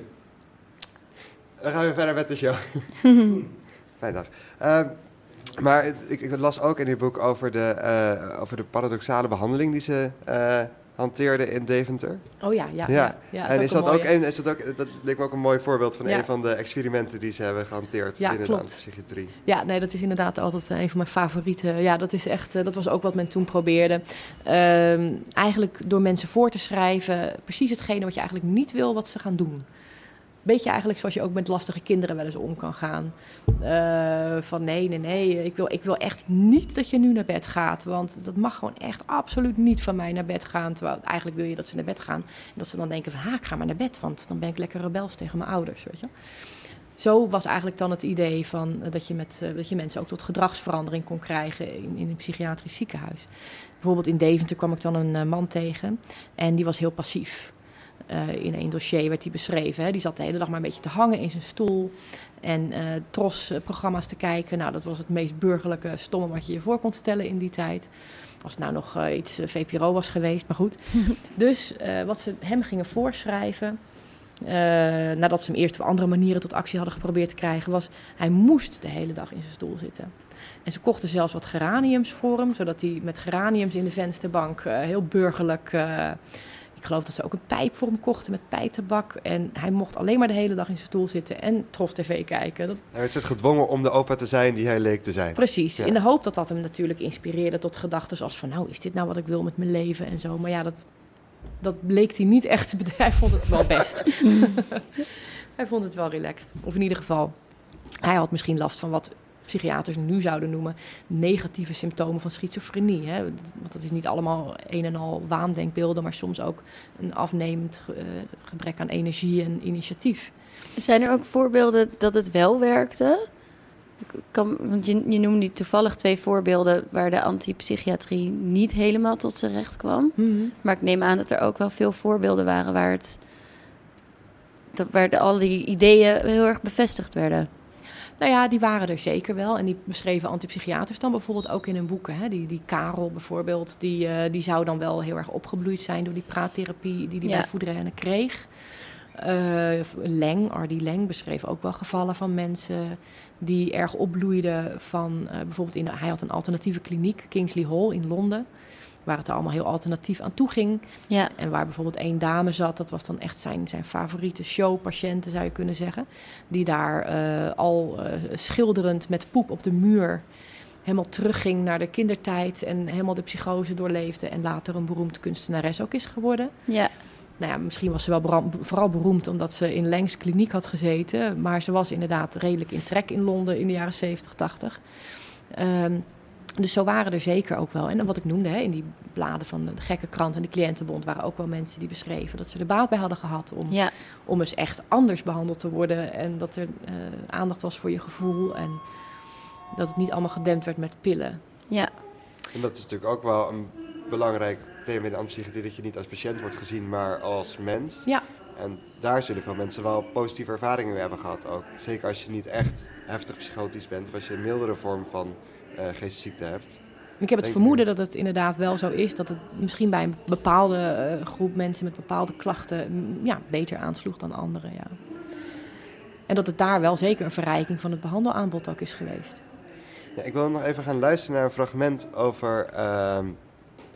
Dan gaan we verder met de show. Fijne dag. Uh, maar ik, ik las ook in uw boek over de, uh, over de paradoxale behandeling die ze uh, hanteerde in Deventer. Oh ja, ja. ja. ja, ja en is dat, mooie. ook een, is dat ook, dat leek me ook een mooi voorbeeld van ja. een van de experimenten die ze hebben gehanteerd ja, binnen klopt. de antipsychiatrie. Ja, nee, dat is inderdaad altijd een van mijn favorieten. Ja, dat is echt, dat was ook wat men toen probeerde. Uh, eigenlijk door mensen voor te schrijven, precies hetgene wat je eigenlijk niet wil wat ze gaan doen. Beetje eigenlijk zoals je ook met lastige kinderen wel eens om kan gaan. Uh, van nee, nee, nee, ik wil, ik wil echt niet dat je nu naar bed gaat. Want dat mag gewoon echt absoluut niet van mij naar bed gaan. Terwijl eigenlijk wil je dat ze naar bed gaan. En dat ze dan denken van, ha, ik ga maar naar bed. Want dan ben ik lekker rebels tegen mijn ouders, weet je. Zo was eigenlijk dan het idee van uh, dat, je met, uh, dat je mensen ook tot gedragsverandering kon krijgen in, in een psychiatrisch ziekenhuis. Bijvoorbeeld in Deventer kwam ik dan een uh, man tegen en die was heel passief. Uh, in een dossier werd hij beschreven. Hè. Die zat de hele dag maar een beetje te hangen in zijn stoel. En uh, Tros-programma's te kijken. Nou, dat was het meest burgerlijke, stomme wat je je voor kon stellen in die tijd. Als het nou nog uh, iets uh, V P R O was geweest, maar goed. Dus uh, wat ze hem gingen voorschrijven, uh, nadat ze hem eerst op andere manieren tot actie hadden geprobeerd te krijgen, was hij moest de hele dag in zijn stoel zitten. En ze kochten zelfs wat geraniums voor hem, zodat hij met geraniums in de vensterbank uh, heel burgerlijk... Uh, Ik geloof dat ze ook een pijp voor hem kochten met pijptabak. En hij mocht alleen maar de hele dag in zijn stoel zitten en Tros T V kijken. Dat... Hij werd dus gedwongen om de opa te zijn die hij leek te zijn. Precies, ja. in de hoop dat dat hem natuurlijk inspireerde tot gedachten als van... nou, is dit nou wat ik wil met mijn leven en zo. Maar ja, dat, dat bleek hij niet echt te bedenken. Hij vond het wel best. Hij vond het wel relaxed. Of in ieder geval, hij had misschien last van wat... psychiaters nu zouden noemen negatieve symptomen van schizofrenie. Hè? Want dat is niet allemaal een en al waandenkbeelden, maar soms ook een afnemend ge- gebrek aan energie en initiatief. Zijn er ook voorbeelden dat het wel werkte? Ik kan, want je, je noemde toevallig twee voorbeelden waar de antipsychiatrie niet helemaal tot zijn recht kwam. Mm-hmm. Maar ik neem aan dat er ook wel veel voorbeelden waren waar, het, dat, waar de, al die ideeën heel erg bevestigd werden. Nou ja, die waren er zeker wel. En die beschreven antipsychiaters dan bijvoorbeeld ook in hun boeken. Hè? Die, die Karel bijvoorbeeld, die, uh, die zou dan wel heel erg opgebloeid zijn door die praattherapie die hij Ja. bij Voudrenne kreeg. Uh, Leng, R D Leng, beschreef ook wel gevallen van mensen die erg opbloeiden van... Uh, bijvoorbeeld, in, hij had een alternatieve kliniek, Kingsley Hall in Londen... waar het er allemaal heel alternatief aan toe ging. Ja. En waar bijvoorbeeld één dame zat, dat was dan echt zijn, zijn favoriete showpatiënte, zou je kunnen zeggen. Die daar uh, al uh, schilderend met poep op de muur helemaal terugging naar de kindertijd en helemaal de psychose doorleefde en later een beroemd kunstenares ook is geworden. Ja. Nou ja, misschien was ze wel bera- vooral beroemd omdat ze in Lengs kliniek had gezeten, maar ze was inderdaad redelijk in trek in Londen in de jaren zeventig, tachtig. Um, Dus zo waren er zeker ook wel. En wat ik noemde, hè, in die bladen van de gekke krant en de cliëntenbond... waren ook wel mensen die beschreven dat ze er baat bij hadden gehad... om, Ja. om eens echt anders behandeld te worden... en dat er uh, aandacht was voor je gevoel... en dat het niet allemaal gedempt werd met pillen. Ja. En dat is natuurlijk ook wel een belangrijk thema in de antipsychiatrie... dat je niet als patiënt wordt gezien, maar als mens. Ja. En daar zullen veel mensen wel positieve ervaringen mee hebben gehad ook. Zeker als je niet echt heftig psychotisch bent... of als je een mildere vorm van... Uh, geestesziekte hebt. Ik heb het vermoeden dat het inderdaad wel zo is... dat het misschien bij een bepaalde uh, groep mensen met bepaalde klachten... M, ja, beter aansloeg dan anderen, ja. En dat het daar wel zeker een verrijking van het behandelaanbod ook is geweest. Ja, ik wil nog even gaan luisteren naar een fragment over uh,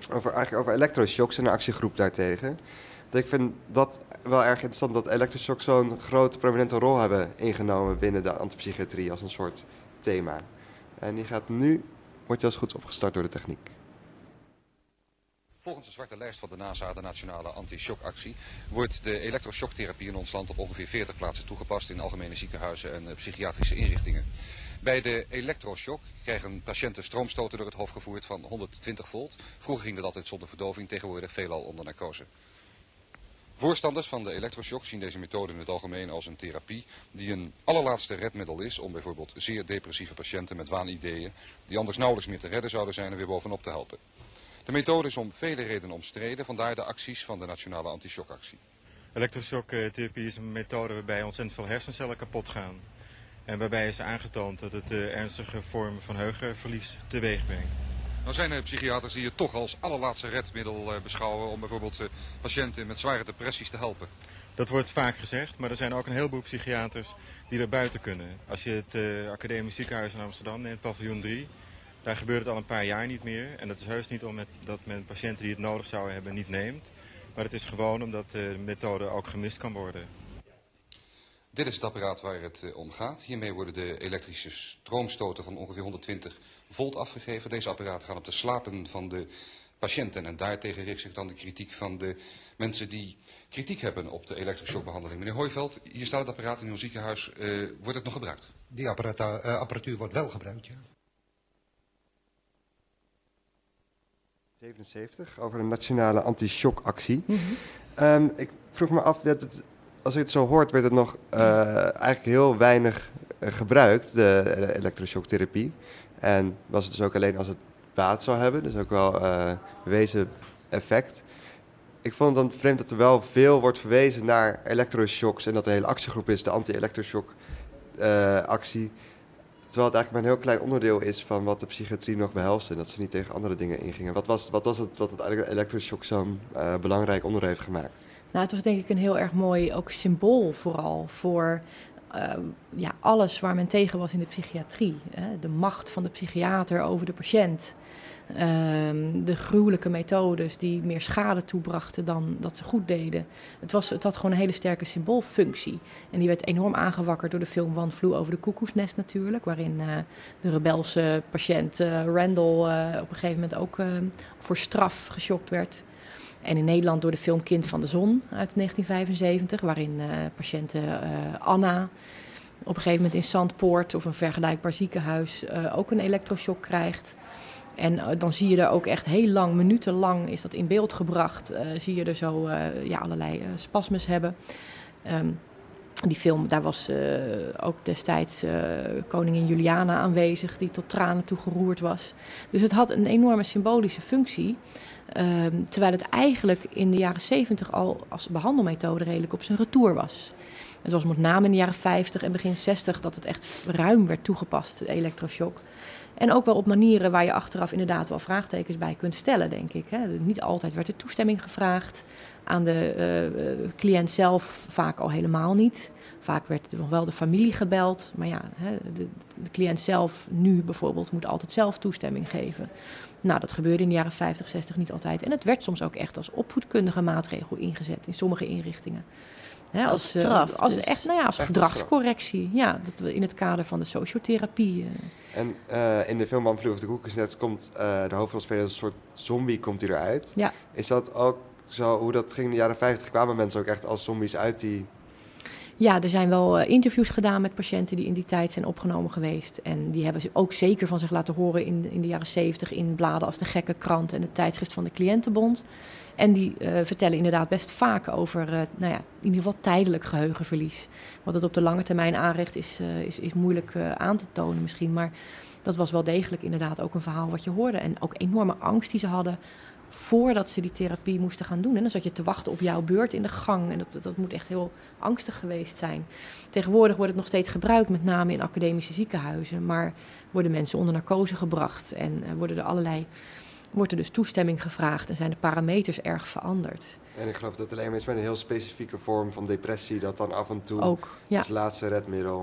over, eigenlijk over elektroshocks en een actiegroep daartegen. Dat ik vind dat wel erg interessant dat elektroshocks zo'n grote prominente rol hebben ingenomen binnen de antipsychiatrie als een soort thema. En die gaat nu, wordt als goed opgestart door de techniek. Volgens de zwarte lijst van de NASA, de Nationale Anti-Shockactie, wordt de elektroshocktherapie in ons land op ongeveer veertig plaatsen toegepast in algemene ziekenhuizen en uh, psychiatrische inrichtingen. Bij de elektroshock krijgen patiënten stroomstoten door het hoofd gevoerd van honderdtwintig volt. Vroeger ging dat altijd zonder verdoving, tegenwoordig veelal onder narcose. Voorstanders van de elektroshock zien deze methode in het algemeen als een therapie die een allerlaatste redmiddel is om bijvoorbeeld zeer depressieve patiënten met waanideeën, die anders nauwelijks meer te redden zouden zijn, er weer bovenop te helpen. De methode is om vele redenen omstreden, vandaar de acties van de Nationale Anti-Shockactie. Elektroshocktherapie is een methode waarbij ontzettend veel hersencellen kapot gaan. En waarbij is aangetoond dat het uh, ernstige vormen van geheugenverlies teweeg brengt. Nou zijn er psychiaters die het toch als allerlaatste redmiddel uh, beschouwen om bijvoorbeeld uh, patiënten met zware depressies te helpen. Dat wordt vaak gezegd, maar er zijn ook een heleboel psychiaters die er buiten kunnen. Als je het uh, Academisch Ziekenhuis in Amsterdam neemt, paviljoen drie, daar gebeurt het al een paar jaar niet meer. En dat is heus niet omdat men patiënten die het nodig zouden hebben niet neemt. Maar het is gewoon omdat de methode ook gemist kan worden. Dit is het apparaat waar het uh, om gaat. Hiermee worden de elektrische stroomstoten van ongeveer honderdtwintig volt afgegeven. Deze apparaten gaan op de slapen van de patiënten. En daartegen richt zich dan de kritiek van de mensen die kritiek hebben op de elektroshockbehandeling. Meneer Hooiveld, hier staat het apparaat in uw ziekenhuis. Uh, wordt het nog gebruikt? Die apparatuur, uh, apparatuur wordt wel gebruikt, ja. zevenenzeventig, over een nationale anti-shockactie. Mm-hmm. Um, ik vroeg me af, werd het, als je het zo hoort, werd het nog uh, eigenlijk heel weinig uh, gebruikt, de, de elektroshocktherapie. En was het dus ook alleen als het baat zou hebben, dus ook wel uh, bewezen effect. Ik vond het dan vreemd dat er wel veel wordt verwezen naar elektroshocks en dat de hele actiegroep is, de anti-elektroshock uh, actie. Terwijl het eigenlijk maar een heel klein onderdeel is van wat de psychiatrie nog behelst en dat ze niet tegen andere dingen ingingen. Wat was, wat was het wat het elektroshock zo'n uh, belangrijk onderdeel heeft gemaakt? Nou, het was denk ik een heel erg mooi ook symbool vooral voor uh, ja, alles waar men tegen was in de psychiatrie. Hè? De macht van de psychiater over de patiënt. Uh, de gruwelijke methodes die meer schade toebrachten dan dat ze goed deden. Het, was, het had gewoon een hele sterke symboolfunctie. En die werd enorm aangewakkerd door de film One Flew Over the Cuckoo's Nest natuurlijk. Waarin uh, de rebelse patiënt uh, Randall uh, op een gegeven moment ook uh, voor straf geschokt werd. En in Nederland door de film Kind van de Zon uit negentien vijfenzeventig. Waarin uh, patiënte uh, Anna op een gegeven moment in Zandpoort of een vergelijkbaar ziekenhuis uh, ook een elektroshock krijgt. En uh, dan zie je er ook echt heel lang, minutenlang is dat in beeld gebracht. Uh, zie je er zo uh, ja, allerlei uh, spasmes hebben. Um, die film, daar was uh, ook destijds uh, koningin Juliana aanwezig, die tot tranen toe geroerd was. Dus het had een enorme symbolische functie. Um, terwijl het eigenlijk in de jaren zeventig al als behandelmethode redelijk op zijn retour was. Het was met name in de jaren vijftig en begin zestig dat het echt ruim werd toegepast, de elektroshock. En ook wel op manieren waar je achteraf inderdaad wel vraagtekens bij kunt stellen, denk ik. Hè. Niet altijd werd er toestemming gevraagd. Aan de uh, cliënt zelf vaak al helemaal niet. Vaak werd nog wel de familie gebeld. Maar ja, hè, de, de cliënt zelf nu bijvoorbeeld moet altijd zelf toestemming geven. Nou, dat gebeurde in de jaren vijftig, zestig niet altijd. En het werd soms ook echt als opvoedkundige maatregel ingezet in sommige inrichtingen. Hè, als, als straf. Als, dus. echt, nou ja, als echt gedragscorrectie. Ja, dat we in het kader van de sociotherapie. Uh. En uh, in de film One Flew Over the Cuckoo's Nest komt uh, de hoofdrolspeler als een soort zombie komt hij eruit. Ja. Is dat ook zo hoe dat ging in de jaren vijftig? Kwamen mensen ook echt als zombies uit die... Ja, er zijn wel uh, interviews gedaan met patiënten die in die tijd zijn opgenomen geweest. En die hebben ook zeker van zich laten horen in, in de jaren zeventig in bladen als De Gekke Krant en het tijdschrift van de Cliëntenbond. En die uh, vertellen inderdaad best vaak over, uh, nou ja, in ieder geval tijdelijk geheugenverlies. Wat het op de lange termijn aanricht is, uh, is, is moeilijk uh, aan te tonen misschien. Maar dat was wel degelijk inderdaad ook een verhaal wat je hoorde. En ook enorme angst die ze hadden voordat ze die therapie moesten gaan doen. En dan zat je te wachten op jouw beurt in de gang. En dat, dat moet echt heel angstig geweest zijn. Tegenwoordig wordt het nog steeds gebruikt, met name in academische ziekenhuizen. Maar worden mensen onder narcose gebracht en uh, worden er allerlei, wordt er dus toestemming gevraagd en zijn de parameters erg veranderd. En ik geloof dat het alleen is met een heel specifieke vorm van depressie dat dan af en toe ook, ja. als laatste redmiddel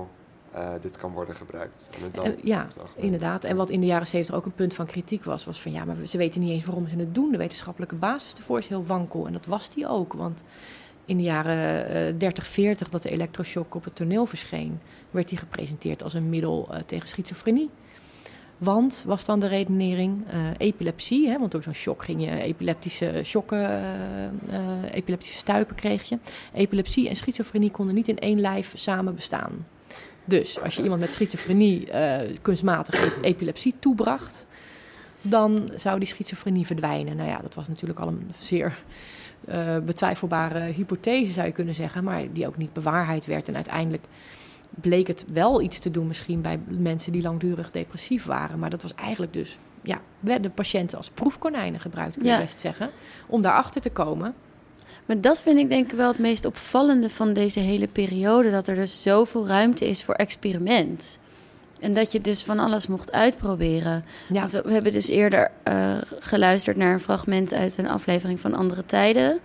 uh, dit kan worden gebruikt. En dan en, ja, inderdaad. En wat in de jaren zeventig ook een punt van kritiek was, was van ja, maar ze weten niet eens waarom ze het doen. De wetenschappelijke basis ervoor is heel wankel. En dat was die ook, want in de jaren uh, dertig, veertig dat de elektroshock op het toneel verscheen, werd die gepresenteerd als een middel uh, tegen schizofrenie. Want, was dan de redenering, uh, epilepsie, hè, want door zo'n shock ging je epileptische shocken, uh, uh, epileptische stuipen kreeg je. Epilepsie en schizofrenie konden niet in één lijf samen bestaan. Dus als je iemand met schizofrenie uh, kunstmatig epilepsie toebracht, dan zou die schizofrenie verdwijnen. Nou ja, dat was natuurlijk al een zeer uh, betwijfelbare hypothese, zou je kunnen zeggen, maar die ook niet bewaarheid werd. En uiteindelijk bleek het wel iets te doen misschien bij mensen die langdurig depressief waren. Maar dat was eigenlijk dus, ja, werden patiënten als proefkonijnen gebruikt, kun je ja. best zeggen, om daarachter te komen. Maar dat vind ik denk ik wel het meest opvallende van deze hele periode, dat er dus zoveel ruimte is voor experiment. En dat je dus van alles mocht uitproberen. Ja. Want we, we hebben dus eerder uh, geluisterd naar een fragment uit een aflevering van Andere Tijden.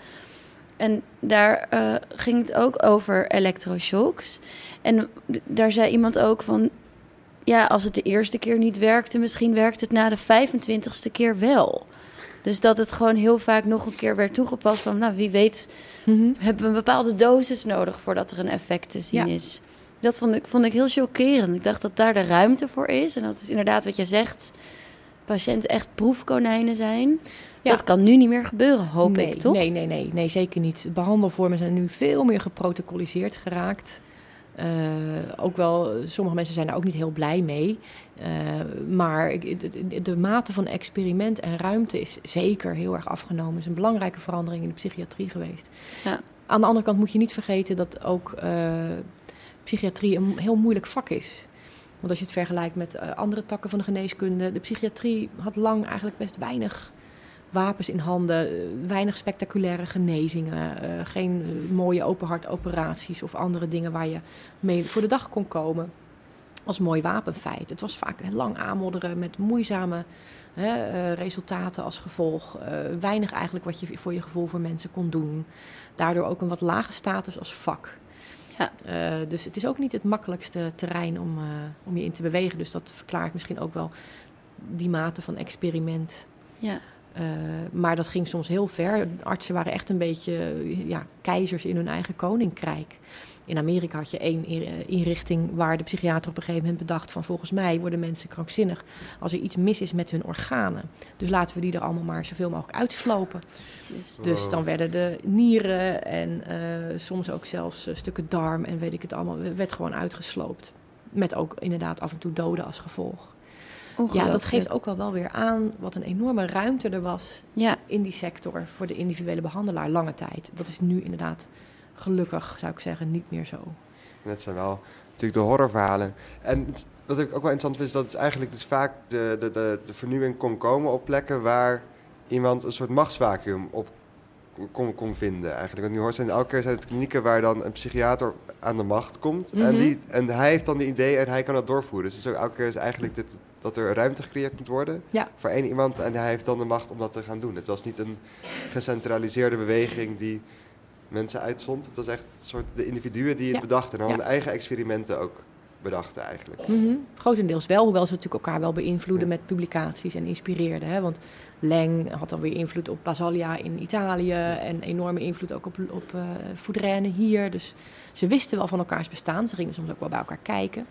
En daar uh, ging het ook over elektroshocks. En d- daar zei iemand ook van, ja, als het de eerste keer niet werkte, misschien werkt het na de vijfentwintigste keer wel. Dus dat het gewoon heel vaak nog een keer werd toegepast van, nou, wie weet, mm-hmm. hebben we een bepaalde dosis nodig voordat er een effect te zien ja. is. Dat vond ik, vond ik heel chockerend. Ik dacht dat daar de ruimte voor is. En dat is inderdaad wat je zegt, patiënten echt proefkonijnen zijn. Ja. Dat kan nu niet meer gebeuren, hoop nee, ik, toch? Nee, nee, nee, nee, zeker niet. Behandelvormen zijn nu veel meer geprotocoliseerd geraakt. Uh, ook wel, sommige mensen zijn daar ook niet heel blij mee. Uh, maar de, de mate van experiment en ruimte is zeker heel erg afgenomen. Het is een belangrijke verandering in de psychiatrie geweest. Ja. Aan de andere kant moet je niet vergeten dat ook uh, psychiatrie een heel moeilijk vak is. Want als je het vergelijkt met uh, andere takken van de geneeskunde, de psychiatrie had lang eigenlijk best weinig wapens in handen, weinig spectaculaire genezingen, uh, geen uh, mooie openhartoperaties of andere dingen waar je mee voor de dag kon komen als mooi wapenfeit. Het was vaak lang aanmodderen met moeizame hè, uh, resultaten als gevolg. Uh, weinig eigenlijk wat je voor je gevoel voor mensen kon doen. Daardoor ook een wat lage status als vak. Ja. Uh, dus het is ook niet het makkelijkste terrein om, uh, om je in te bewegen. Dus dat verklaart misschien ook wel die mate van experiment. Ja. Uh, maar dat ging soms heel ver. Artsen waren echt een beetje ja, keizers in hun eigen koninkrijk. In Amerika had je één inrichting waar de psychiater op een gegeven moment bedacht van, volgens mij worden mensen krankzinnig als er iets mis is met hun organen. Dus laten we die er allemaal maar zoveel mogelijk uitslopen. Jezus. Dus dan werden de nieren en uh, soms ook zelfs uh, stukken darm en weet ik het allemaal, werd gewoon uitgesloopt. Met ook inderdaad af en toe doden als gevolg. Ja, dat geeft ook wel, wel weer aan wat een enorme ruimte er was ja. in die sector voor de individuele behandelaar lange tijd. Dat is nu inderdaad gelukkig, zou ik zeggen, niet meer zo. En het zijn wel natuurlijk de horrorverhalen. En het, wat ik ook wel interessant vind, is dat het eigenlijk dus vaak de, de, de, de vernieuwing kon komen op plekken waar iemand een soort machtsvacuum op kon, kon vinden eigenlijk. Want nu hoort zijn elke keer zijn het klinieken waar dan een psychiater aan de macht komt. Mm-hmm. En, die, en hij heeft dan die idee en hij kan dat doorvoeren. Dus ook elke keer is eigenlijk dit, dat er ruimte gecreëerd moet worden ja. voor één iemand. En hij heeft dan de macht om dat te gaan doen. Het was niet een gecentraliseerde beweging die mensen uitzond. Het was echt een soort de individuen die het ja. bedachten. En hun ja. eigen experimenten ook bedachten eigenlijk. Mm-hmm. Grotendeels wel, hoewel ze natuurlijk elkaar wel beïnvloeden ja. met publicaties en inspireerden. Hè? Want Leng had dan weer invloed op Basaglia in Italië en enorme invloed ook op, op uh, Foudrenne hier. Dus ze wisten wel van elkaars bestaan. Ze gingen soms ook wel bij elkaar kijken.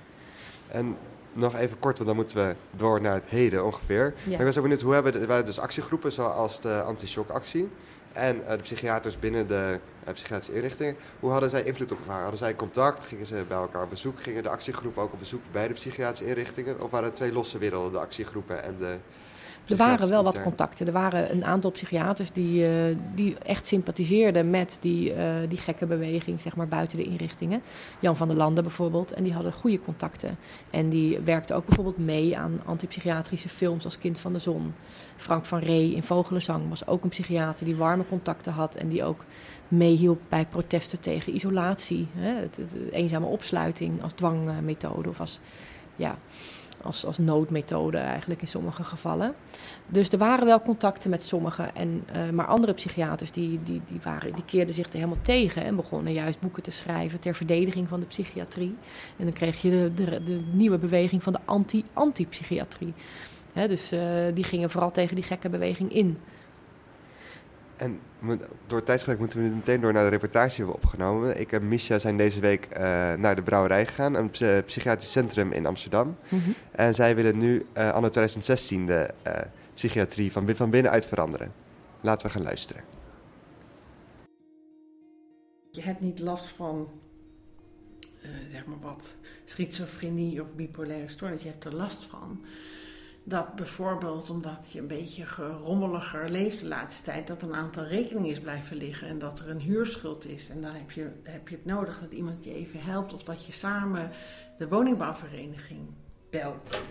En nog even kort, want dan moeten we door naar het heden ongeveer. Ja. Ik was ook benieuwd, hoe hebben er waren dus actiegroepen zoals de anti-shock-actie en uh, de psychiaters binnen de uh, psychiatrische inrichtingen. Hoe hadden zij invloed op elkaar? Hadden zij contact? Gingen ze bij elkaar op bezoek? Gingen de actiegroepen ook op bezoek bij de psychiatrische inrichtingen? Of waren het twee losse werelden, de actiegroepen en de... Er waren wel wat contacten. Er waren een aantal psychiaters die, uh, die echt sympathiseerden met die, uh, die gekke beweging, zeg maar, buiten de inrichtingen. Jan van der Landen bijvoorbeeld. En die hadden goede contacten. En die werkte ook bijvoorbeeld mee aan antipsychiatrische films als Kind van de Zon. Frank van Ree in Vogelenzang was ook een psychiater die warme contacten had en die ook meehielp bij protesten tegen isolatie. Hè? Het, het, het, eenzame opsluiting als dwangmethode of als... ja. Als, als noodmethode eigenlijk in sommige gevallen. Dus er waren wel contacten met sommigen. En, uh, maar andere psychiaters die, die, die, waren, die keerden zich er helemaal tegen. En begonnen juist boeken te schrijven ter verdediging van de psychiatrie. En dan kreeg je de, de, de nieuwe beweging van de anti-antipsychiatrie. He, dus uh, die gingen vooral tegen die gekke beweging in. En door het tijdsgebrek moeten we nu meteen door naar de reportage die we hebben opgenomen. Ik en Misha zijn deze week uh, naar de Brouwerij gegaan, een uh, psychiatrisch centrum in Amsterdam. Mm-hmm. En zij willen nu uh, anno twintig zestien de uh, psychiatrie van, van binnenuit veranderen. Laten we gaan luisteren. Je hebt niet last van, uh, zeg maar wat, schizofrenie of bipolaire stoornis. Je hebt er last van dat bijvoorbeeld omdat je een beetje gerommeliger leeft de laatste tijd, dat een aantal rekeningen is blijven liggen en dat er een huurschuld is. En dan heb je, heb je het nodig dat iemand je even helpt of dat je samen de woningbouwvereniging belt.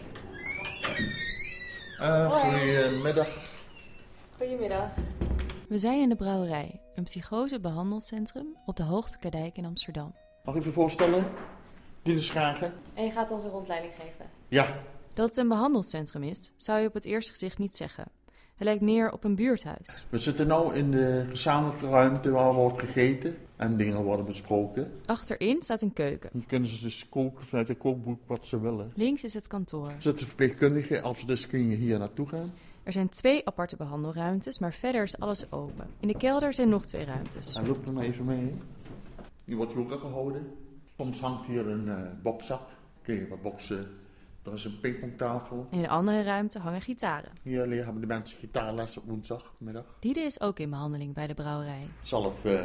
Uh, goedemiddag. Goedemiddag. We zijn in de Brouwerij, een psychosebehandelcentrum op de Hoogtekadijk in Amsterdam. Mag ik even voorstellen? Dennis Schagen. En je gaat ons een rondleiding geven? Ja. Dat het een behandelcentrum is, zou je op het eerste gezicht niet zeggen. Het lijkt meer op een buurthuis. We zitten nu in de gezamenlijke ruimte waar wordt gegeten en dingen worden besproken. Achterin staat een keuken. Hier kunnen ze dus koken vanuit het kookboek wat ze willen. Links is het kantoor. Er zitten verpleegkundigen, als dus kun je hier naartoe gaan. Er zijn twee aparte behandelruimtes, maar verder is alles open. In de kelder zijn nog twee ruimtes. En loop er maar even mee. Hier wordt yoga gehouden. Soms hangt hier een uh, bokzak. Kun je wat boksen. Er is een pingpongtafel. In een andere ruimte hangen gitaren. Hier hebben de mensen gitaarles op woensdagmiddag. Diede is ook in behandeling bij de Brouwerij. Zelf uh,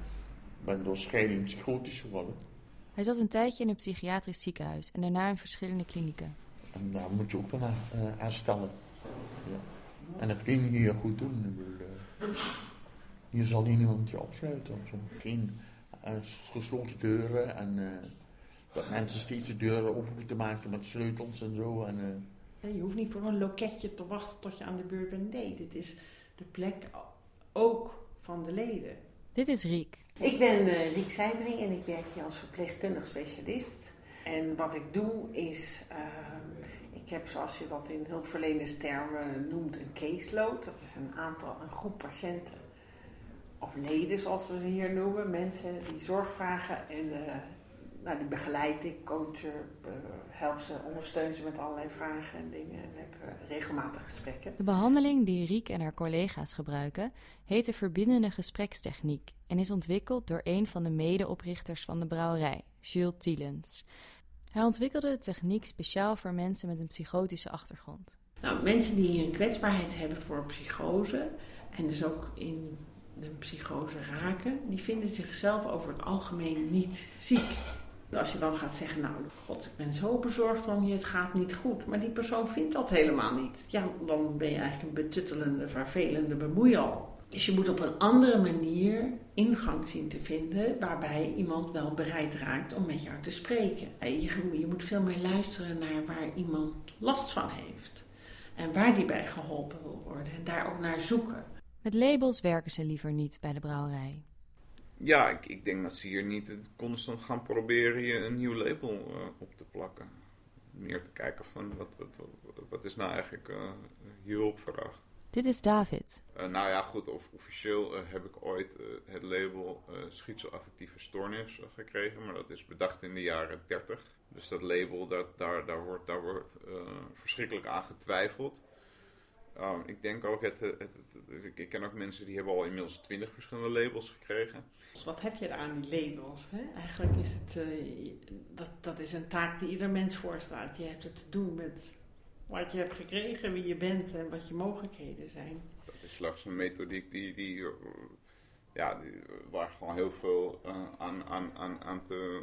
ben door scheiding psychotisch geworden. Hij zat een tijdje in een psychiatrisch ziekenhuis en daarna in verschillende klinieken. En daar moet je ook van uh, aanstellen. Ja. En dat kun je hier goed doen. Uh, hier zal niemand je opsluiten of zo. Geen uh, gesloten deuren en uh, dat mensen steeds de deuren open moeten maken met sleutels en zo. En, uh... Je hoeft niet voor een loketje te wachten tot je aan de beurt bent. Nee, dit is de plek ook van de leden. Dit is Riek. Ik ben uh, Riek Seibering en ik werk hier als verpleegkundig specialist. En wat ik doe is, uh, ik heb zoals je dat in hulpverlenerstermen noemt een caseload. Dat is een aantal, een groep patiënten of leden zoals we ze hier noemen. Mensen die zorg vragen en uh, nou, die begeleid ik, coach ze, uh, help ze, ondersteun ze met allerlei vragen en dingen. En we hebben regelmatig gesprekken. De behandeling die Riek en haar collega's gebruiken heet de verbindende gesprekstechniek en is ontwikkeld door een van de medeoprichters van de Brouwerij, Jules Tielens. Hij ontwikkelde de techniek speciaal voor mensen met een psychotische achtergrond. Nou, mensen die een kwetsbaarheid hebben voor psychose en dus ook in de psychose raken, die vinden zichzelf over het algemeen niet ziek. Als je dan gaat zeggen, nou, god, ik ben zo bezorgd om je, het gaat niet goed. Maar die persoon vindt dat helemaal niet. Ja, dan ben je eigenlijk een betuttelende, vervelende bemoeial. Dus je moet op een andere manier ingang zien te vinden waarbij iemand wel bereid raakt om met jou te spreken. Je, je moet veel meer luisteren naar waar iemand last van heeft. En waar die bij geholpen wil worden. En daar ook naar zoeken. Met labels werken ze liever niet bij de Brouwerij. Ja, ik, ik denk dat ze hier niet constant gaan proberen je een nieuw label uh, op te plakken. Meer te kijken van wat, wat, wat is nou eigenlijk uh, je hulpvraag. Dit is David. Uh, nou ja, goed, of, officieel uh, heb ik ooit uh, het label uh, schizoaffectieve stoornis uh, gekregen, maar dat is bedacht in de jaren dertig. Dus dat label, dat, daar, daar wordt, daar wordt uh, verschrikkelijk aan getwijfeld. Uh, ik denk ook, het, het, het, het, ik ken ook mensen die hebben al inmiddels twintig verschillende labels gekregen. Wat heb je er aan die labels? Hè? Eigenlijk is het, uh, dat, dat is een taak die ieder mens voorstaat. Je hebt het te doen met wat je hebt gekregen, wie je bent en wat je mogelijkheden zijn. Dat is slechts een methodiek die, die, uh, ja, die, waar gewoon heel veel uh, aan, aan, aan, aan, te,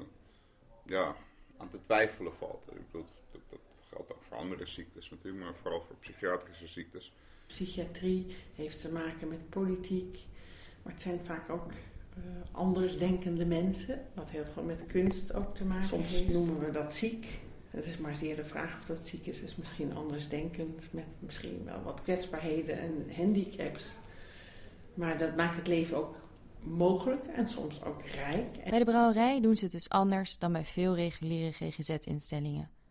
ja, aan te twijfelen valt. Ik bedoel, dat, dat geldt ook voor andere ziektes natuurlijk, maar vooral voor psychiatrische ziektes. Psychiatrie heeft te maken met politiek, maar het zijn vaak ook uh, andersdenkende mensen, wat heel veel met kunst ook te maken Soms heeft. Soms noemen we dat ziek. Het is maar zeer de vraag of dat ziek is. Het is misschien andersdenkend, met misschien wel wat kwetsbaarheden en handicaps. Maar dat maakt het leven ook mogelijk en soms ook rijk. Bij de Brouwerij doen ze het dus anders dan bij veel reguliere G G Z-instellingen.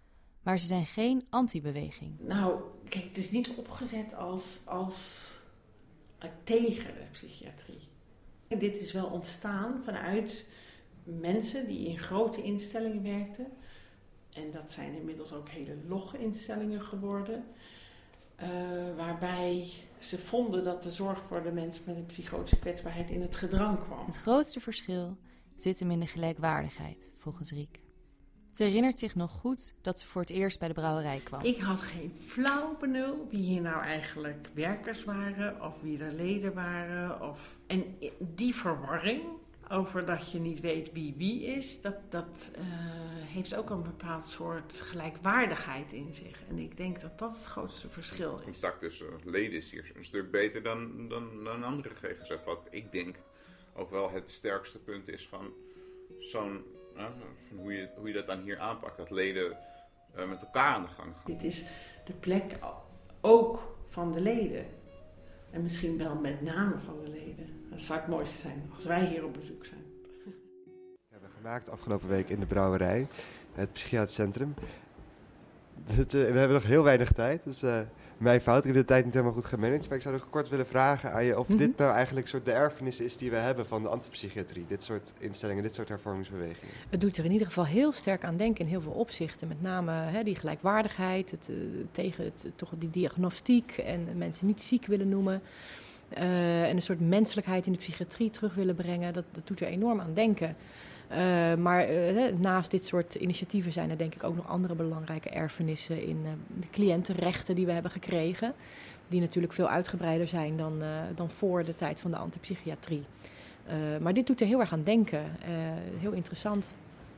Maar ze zijn geen anti-beweging. Nou, kijk, het is niet opgezet als, als uh, tegen de psychiatrie. En dit is wel ontstaan vanuit mensen die in grote instellingen werkten. En dat zijn inmiddels ook hele logge instellingen geworden. Uh, waarbij ze vonden dat de zorg voor de mensen met een psychotische kwetsbaarheid in het gedrang kwam. Het grootste verschil zit hem in de gelijkwaardigheid, volgens Riek. Ze herinnert zich nog goed dat ze voor het eerst bij de brouwerij kwam. Ik had geen flauw benul wie hier nou eigenlijk werkers waren of wie er leden waren. Of... En die verwarring over dat je niet weet wie wie is, dat, dat uh, heeft ook een bepaald soort gelijkwaardigheid in zich. En ik denk dat dat het grootste verschil is. Contact tussen leden is hier een stuk beter dan, dan, dan andere G G Z. Wat ik denk ook wel het sterkste punt is van zo'n... Uh, van hoe, je, hoe je dat dan hier aanpakt, dat leden uh, met elkaar aan de gang gaan. Dit is de plek ook van de leden. En misschien wel met name van de leden. Dat zou het mooiste zijn als wij hier op bezoek zijn. We hebben gemaakt afgelopen week in de brouwerij, het psychiatrisch centrum. Het, uh, we hebben nog heel weinig tijd, dus uh, mijn fout. Ik heb de tijd niet helemaal goed gemanaged, maar ik zou nog kort willen vragen aan je of mm-hmm. dit nou eigenlijk soort de erfenis is die we hebben van de antipsychiatrie. Dit soort instellingen, dit soort hervormingsbewegingen. Het doet er in ieder geval heel sterk aan denken in heel veel opzichten. Met name hè, die gelijkwaardigheid, het, uh, tegen het, toch die diagnostiek en mensen niet ziek willen noemen. Uh, en een soort menselijkheid in de psychiatrie terug willen brengen. Dat, dat doet er enorm aan denken. Uh, maar uh, naast dit soort initiatieven zijn er denk ik ook nog andere belangrijke erfenissen in uh, de cliëntenrechten die we hebben gekregen. Die natuurlijk veel uitgebreider zijn dan, uh, dan voor de tijd van de antipsychiatrie. Uh, maar dit doet er heel erg aan denken. Uh, heel interessant.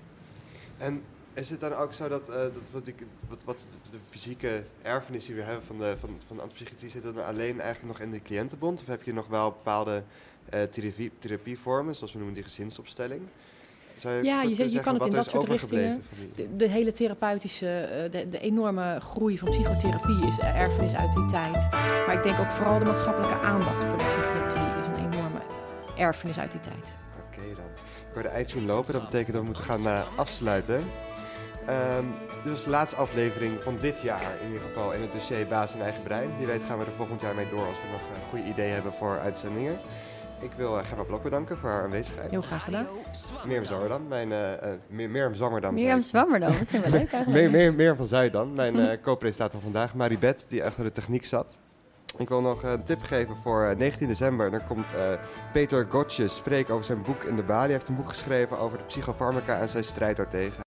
En is het dan ook zo dat, uh, dat wat, ik, wat, wat de, de fysieke erfenis die we hebben van de, van, van de antipsychiatrie zit dan alleen eigenlijk nog in de cliëntenbond? Of heb je nog wel bepaalde uh, therapie, therapievormen, zoals we noemen die gezinsopstelling? Je ja, je, je, je kan het in dat soort richtingen. De, de hele therapeutische, de, de enorme groei van psychotherapie is erfenis uit die tijd. Maar ik denk ook vooral de maatschappelijke aandacht voor de psychiatrie is een enorme erfenis uit die tijd. Oké okay, dan. Ik hoor de eindtune lopen, dat betekent dat we moeten gaan uh, afsluiten. Um, dit was de laatste aflevering van dit jaar in ieder geval in het dossier Baas in Eigen Brein. Wie weet gaan we er volgend jaar mee door als we nog uh, goede ideeën hebben voor uitzendingen. Ik wil uh, Gemma Blok bedanken voor haar aanwezigheid. Heel graag gedaan. Mirjam Zwammerdam, mijn... Uh, uh, Mirjam Zwammerdam. Mirjam Zwammerdam, dat vind ik wel leuk eigenlijk. Mir, Mirjam van Zuidan, mijn uh, co-presentator van vandaag. Maribeth, die achter de techniek zat. Ik wil nog een tip geven voor uh, negentien december. Dan komt uh, Peter Gotjes spreken over zijn boek In de Balie. Hij heeft een boek geschreven over de psychofarmaca en zijn strijd daartegen.